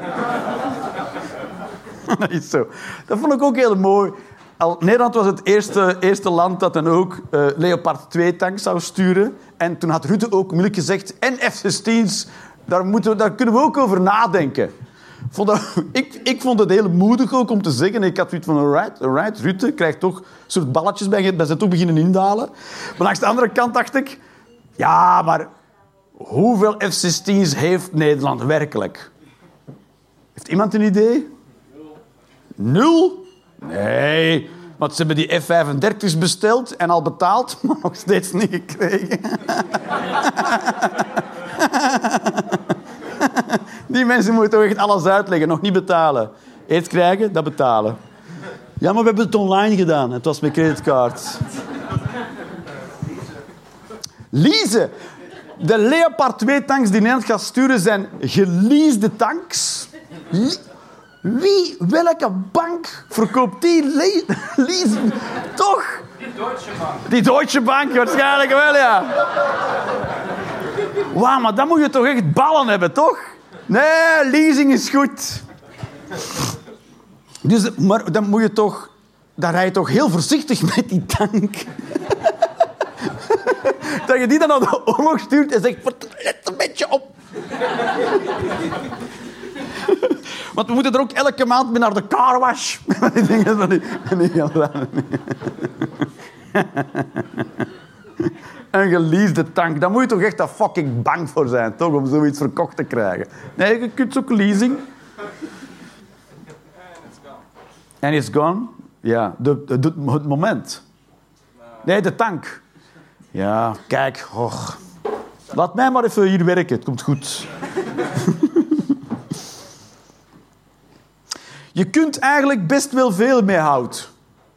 Dat is zo. Dat vond ik ook heel mooi. Nederland was het eerste land dat dan ook Leopard 2 tanks zou sturen. En toen had Rutte ook moeilijk gezegd... En F-16's, daar kunnen we ook over nadenken. Ik vond het heel moedig ook om te zeggen. Ik had zoiets van, alright, Rutte krijgt toch een soort balletjes bij zijn toch beginnen indalen. Maar langs de andere kant dacht ik... Ja, maar hoeveel F-16's heeft Nederland werkelijk? Heeft iemand een idee? 0? Nee, want ze hebben die F-35's besteld en al betaald, maar nog steeds niet gekregen. Die mensen moeten toch echt alles uitleggen, nog niet betalen. Eerst krijgen, dat betalen. Ja, maar we hebben het online gedaan. Het was met creditcard. Leasen. De Leopard 2 tanks die Nederland gaat sturen zijn geleasede tanks. Welke bank verkoopt die lease? Toch? Die Deutsche Bank waarschijnlijk wel, ja. Wauw, maar dan moet je toch echt ballen hebben, toch? Nee, leasing is goed. Dus, maar dan moet je toch... Dan rij je toch heel voorzichtig met die tank. Dat je die dan naar de oorlog stuurt en zegt... Let een beetje op. Want we moeten er ook elke maand mee naar de carwash. Die dingen van die een geleasede tank. Daar moet je toch echt een fucking bang voor zijn, toch? Om zoiets verkocht te krijgen. Nee, je kunt ook leasing. En it's gone. Ja, het moment. Nee, de tank. Ja, kijk. Och. Laat mij maar even hier werken. Het komt goed. Je kunt eigenlijk best wel veel mee hout.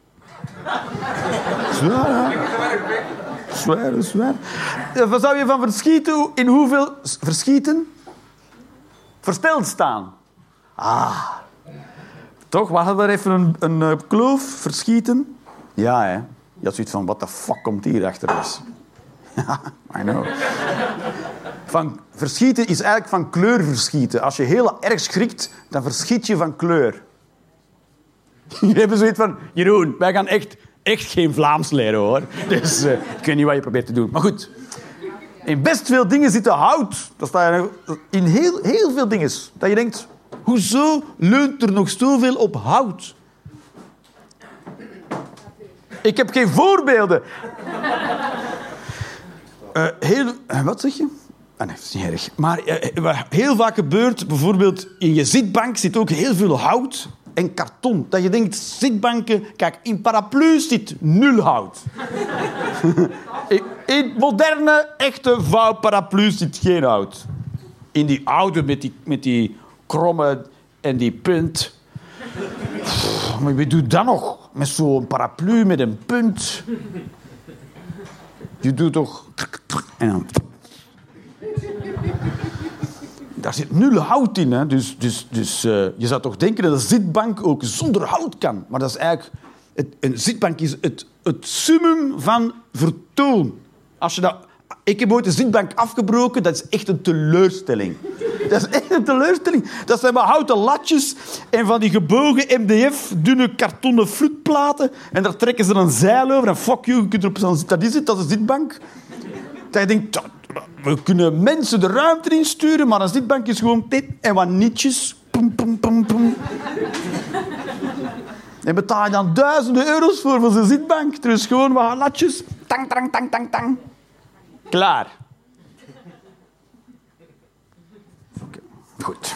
Zwaar. Wat zou je van verschieten? In hoeveel verschieten? Versteld staan. Ah. Toch? We hadden er even een kloof. Verschieten. Ja, hè. Je had zoiets van, what the fuck komt hier achter ons? Ja, I know. Van verschieten is eigenlijk van kleur verschieten. Als je heel erg schrikt, dan verschiet je van kleur. Je hebt zoiets van... Jeroen, wij gaan echt geen Vlaams leren, hoor. Dus ik weet niet wat je probeert te doen. Maar goed. In best veel dingen zit hout. Dat staat in heel veel dingen. Dat je denkt... Hoezo leunt er nog zoveel op hout? Ik heb geen voorbeelden. Wat zeg je? Ah, nee, dat is niet erg. Maar wat heel vaak gebeurt... Bijvoorbeeld in je zitbank zit ook heel veel hout... en karton. Dat je denkt, zitbanken... Kijk, in paraplu's zit 0 hout. In moderne, echte vouwparaplu's zit geen hout. In die oude met die kromme en die punt. Maar wie doet dat nog? Met zo'n paraplu met een punt. Je doet toch... En dan... Daar zit 0 hout in, hè. Dus je zou toch denken dat een zitbank ook zonder hout kan. Maar dat is eigenlijk... Een zitbank is het summum van vertoon. Als je dat... Ik heb ooit een zitbank afgebroken. Dat is echt een teleurstelling. Dat is echt een teleurstelling. Dat zijn maar houten latjes en van die gebogen MDF, dunne kartonnen fluitplaten. En daar trekken ze een zeil over. En fuck you, je kunt erop staan. Dat is het, dat is een zitbank. Dat je denkt... We kunnen mensen de ruimte insturen, maar een zitbank is gewoon dit en wat nietjes. Pum, pum, pum. pum, pum. En betaal je dan duizenden euro's voor zijn zitbank. Dus gewoon wat latjes. Tang, tang, tang, tang, tang. Klaar. Okay. Goed.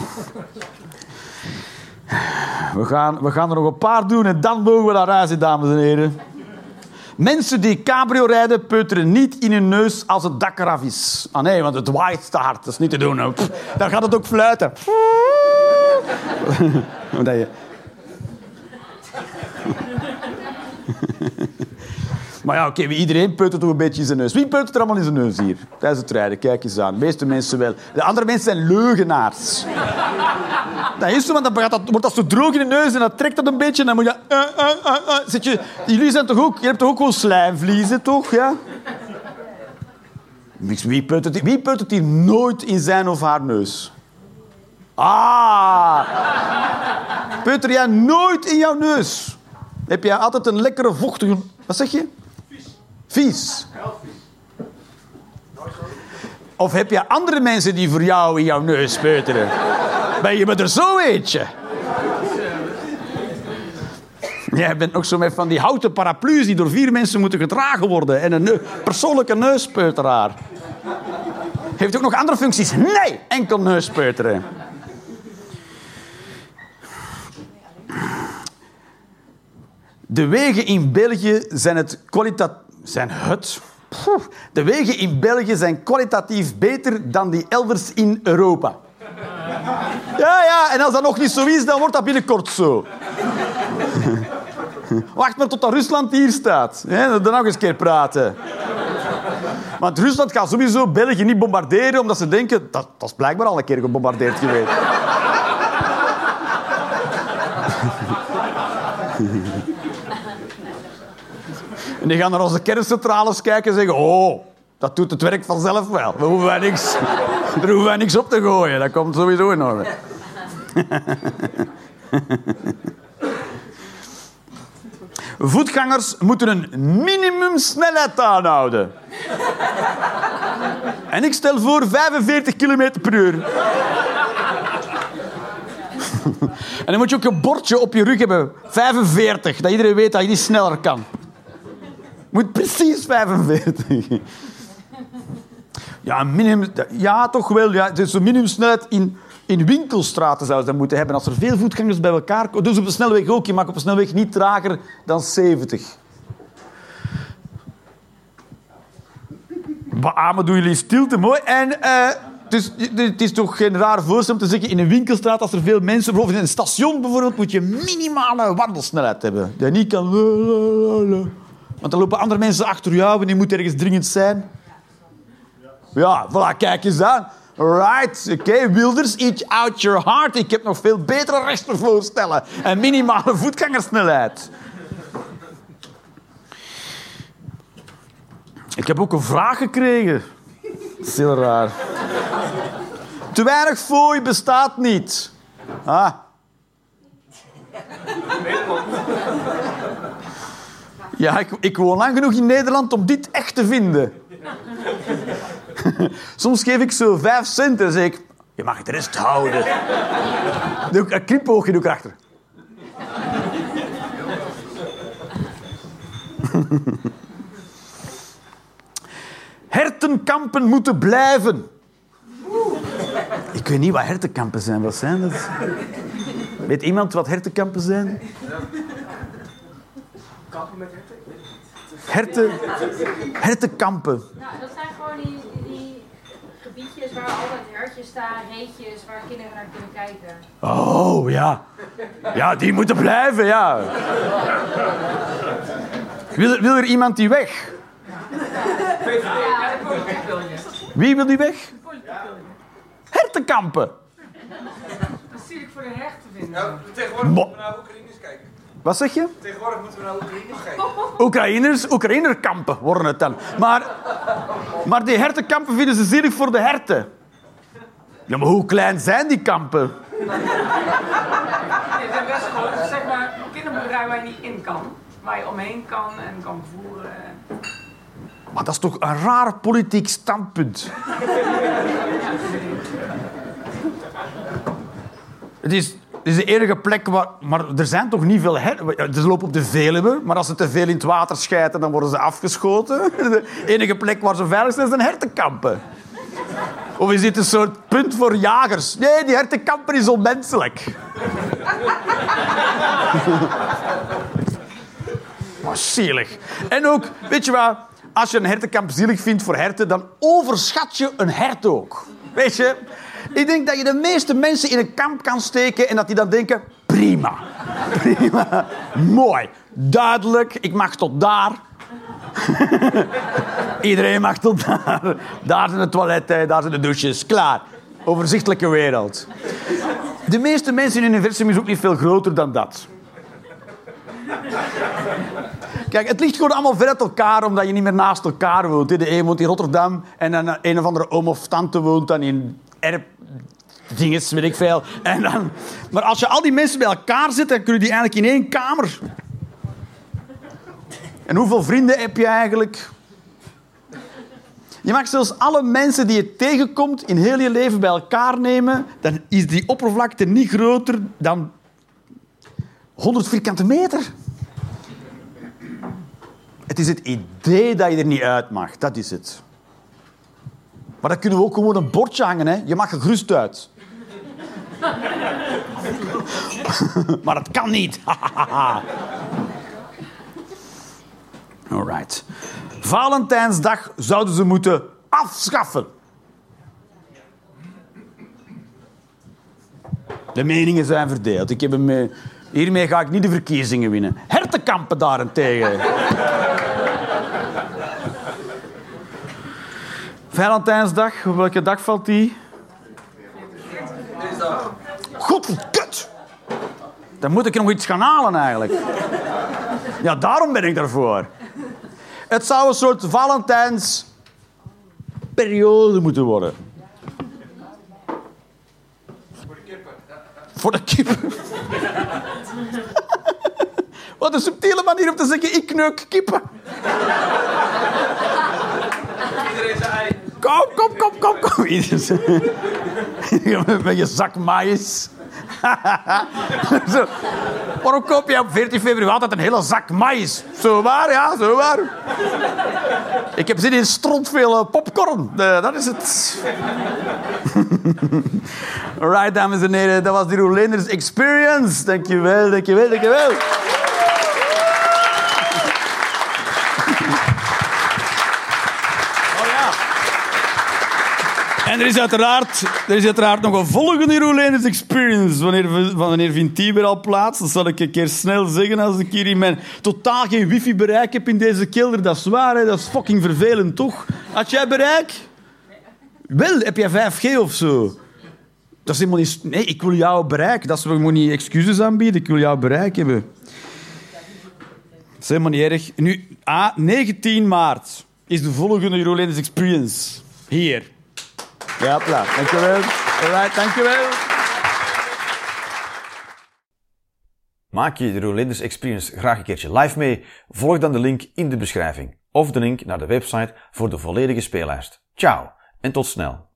We gaan er nog een paar doen en dan mogen we naar huis, dames en heren. Mensen die cabrio rijden, peuteren niet in hun neus als het dak eraf is. Ah nee, want het waait te hard. Dat is niet te doen. Pff, dan gaat het ook fluiten. Omdat je... Maar ja, oké, iedereen peutert toch een beetje in zijn neus. Wie peutert er allemaal in zijn neus hier? Tijdens het rijden, kijk eens aan. De meeste mensen wel. De andere mensen zijn leugenaars. Dat is zo, want dan wordt dat zo droog in de neus en dat trekt dat een beetje en dan moet je... Jullie zijn toch ook... Je hebt toch ook gewoon slijmvliezen, toch? Ja? Wie peutert hier nooit in zijn of haar neus? Ah! Peuter jij nooit in jouw neus? Heb jij altijd een lekkere, vochtige... Wat zeg je? Vies. Of heb je andere mensen die voor jou in jouw neus peuteren? Ben je met er zo eentje? Jij bent nog zo met van die houten paraplu's die door 4 mensen moeten gedragen worden. En een persoonlijke neuspeuteraar. Heeft ook nog andere functies? Nee, enkel neuspeuteren. De wegen in België De wegen in België zijn kwalitatief beter dan die elders in Europa. Ja, en als dat nog niet zo is, dan wordt dat binnenkort zo. Wacht maar tot dat Rusland hier staat. Dan nog eens een keer praten. Want Rusland gaat sowieso België niet bombarderen, omdat ze denken... Dat is blijkbaar al een keer gebombardeerd geweest. En die gaan naar onze kerncentrales kijken en zeggen... Oh, dat doet het werk vanzelf wel. Daar hoeven wij niks op te gooien. Dat komt sowieso in orde. Voetgangers moeten een minimumsnelheid aanhouden. En ik stel voor 45 km per uur. En dan moet je ook een bordje op je rug hebben. 45, dat iedereen weet dat je niet sneller kan. Moet precies 45. Ja, ja, toch wel. Ja. Dus een minimumsnelheid in winkelstraten zouden ze dat moeten hebben. Als er veel voetgangers bij elkaar komen... Dus op de snelweg ook. Je mag op de snelweg niet trager dan 70. Beamen doen jullie stilte, mooi. En het is toch geen raar voorstel om te zeggen... In een winkelstraat, als er veel mensen... Bijvoorbeeld in een station bijvoorbeeld... Moet je minimale wandelsnelheid hebben. Dat je niet kan... Want dan lopen andere mensen achter jou en die moet ergens dringend zijn. Ja, voilà, kijk eens aan. Right, oké, Wilders, eat out your heart. Ik heb nog veel betere rechten voorstellen. En minimale voetgangersnelheid. Ik heb ook een vraag gekregen. Dat is heel raar. Te weinig fooi bestaat niet. Ah. Ja, ik woon lang genoeg in Nederland om dit echt te vinden. Soms geef ik zo 5 cent en zeg ik... Je mag de rest houden. Een knipoogje doe ik erachter. Hertenkampen moeten blijven. Ik weet niet wat hertenkampen zijn. Wat zijn dat? Weet iemand wat hertenkampen zijn? Kampen met herten? Hertenkampen. Nou, dat zijn gewoon die gebiedjes waar altijd hertjes staan, reetjes, waar kinderen naar kunnen kijken. Oh, ja. Ja, die moeten blijven, ja. Wil er iemand die weg? Wie wil die weg? Hertenkampen. Dat zie ik voor de herten vinden. Nou, tegenwoordig moeten we naar Oekraïners kijken. Wat zeg je? Tegenwoordig moeten we naar Oekraïners kijken. Oekraïnerkampen worden het dan. Maar die hertenkampen vinden ze zielig voor de herten. Ja, maar hoe klein zijn die kampen? Nee, het zijn best gewoon, zeg maar, een kinderboerderij waar je niet in kan. Waar je omheen kan en kan voeren. Maar dat is toch een raar politiek standpunt. is de enige plek waar... Maar er zijn toch niet veel herten? Ze lopen op de Veluwe, maar als ze te veel in het water schijten, dan worden ze afgeschoten. De enige plek waar ze veilig zijn hertenkampen. Of is dit een soort punt voor jagers? Nee, die hertenkampen is onmenselijk. Maar zielig. En ook, weet je wat? Als je een hertenkamp zielig vindt voor herten, dan overschat je een hert ook. Weet je? Ik denk dat je de meeste mensen in een kamp kan steken en dat die dan denken, prima. Prima. Mooi. Duidelijk. Ik mag tot daar. Iedereen mag tot daar. Daar zijn de toiletten, daar zijn de douches. Klaar. Overzichtelijke wereld. De meeste mensen in het universum is ook niet veel groter dan dat. Kijk, het ligt gewoon allemaal ver uit elkaar, omdat je niet meer naast elkaar woont. De een woont in Rotterdam en dan een of andere oom of tante woont dan in dinges, weet ik veel. En dan... Maar als je al die mensen bij elkaar zet, dan kunnen die eigenlijk in één kamer. En hoeveel vrienden heb je eigenlijk? Je mag zelfs alle mensen die je tegenkomt in heel je leven bij elkaar nemen, dan is die oppervlakte niet groter dan 100 vierkante meter. Het is het idee dat je er niet uit mag. Dat is het. Maar dan kunnen we ook gewoon een bordje hangen. Hè? Je mag er gerust uit. Maar dat kan niet. Alright. Valentijnsdag zouden ze moeten afschaffen. De meningen zijn verdeeld. Hiermee ga ik niet de verkiezingen winnen. Hertenkampen daarentegen. Valentijnsdag, op welke dag valt die? Godverkut! Dan moet ik nog iets gaan halen eigenlijk. Ja, daarom ben ik daarvoor. Het zou een soort Valentijnsperiode moeten worden. Voor de kippen. Wat een subtiele manier om te zeggen, ik kneuk kippen. Iedereen zijn ei. Kom. Met je zak maïs. Zo. Waarom koop je op 14 februari altijd een hele zak maïs? Zo waar, ja, zo waar. Ik heb zin in strontveel popcorn. Dat is het. Alright, dames en heren. Dat was de Jeroen Leenders Experience. Dankjewel. En er is uiteraard nog een volgende Jeroen Leenders Experience. Wanneer vindt die weer al plaats? Dat zal ik een keer snel zeggen als ik hier in mijn totaal geen wifi-bereik heb in deze kelder. Dat is waar, hè? Dat is fucking vervelend, toch? Had jij bereik? Wel, heb jij 5G of zo? Dat is helemaal niet... Nee, ik wil jouw bereik. Dat is, we moeten niet excuses aanbieden. Ik wil jouw bereik hebben. Dat is helemaal niet erg. Nu, 19 maart is de volgende Jeroen Leenders Experience. Hier. Ja, klaar. Dankjewel. Alright, dankjewel. Maak je de Jeroen Leenders Experience graag een keertje live mee? Volg dan de link in de beschrijving. Of de link naar de website voor de volledige speellijst. Ciao en tot snel.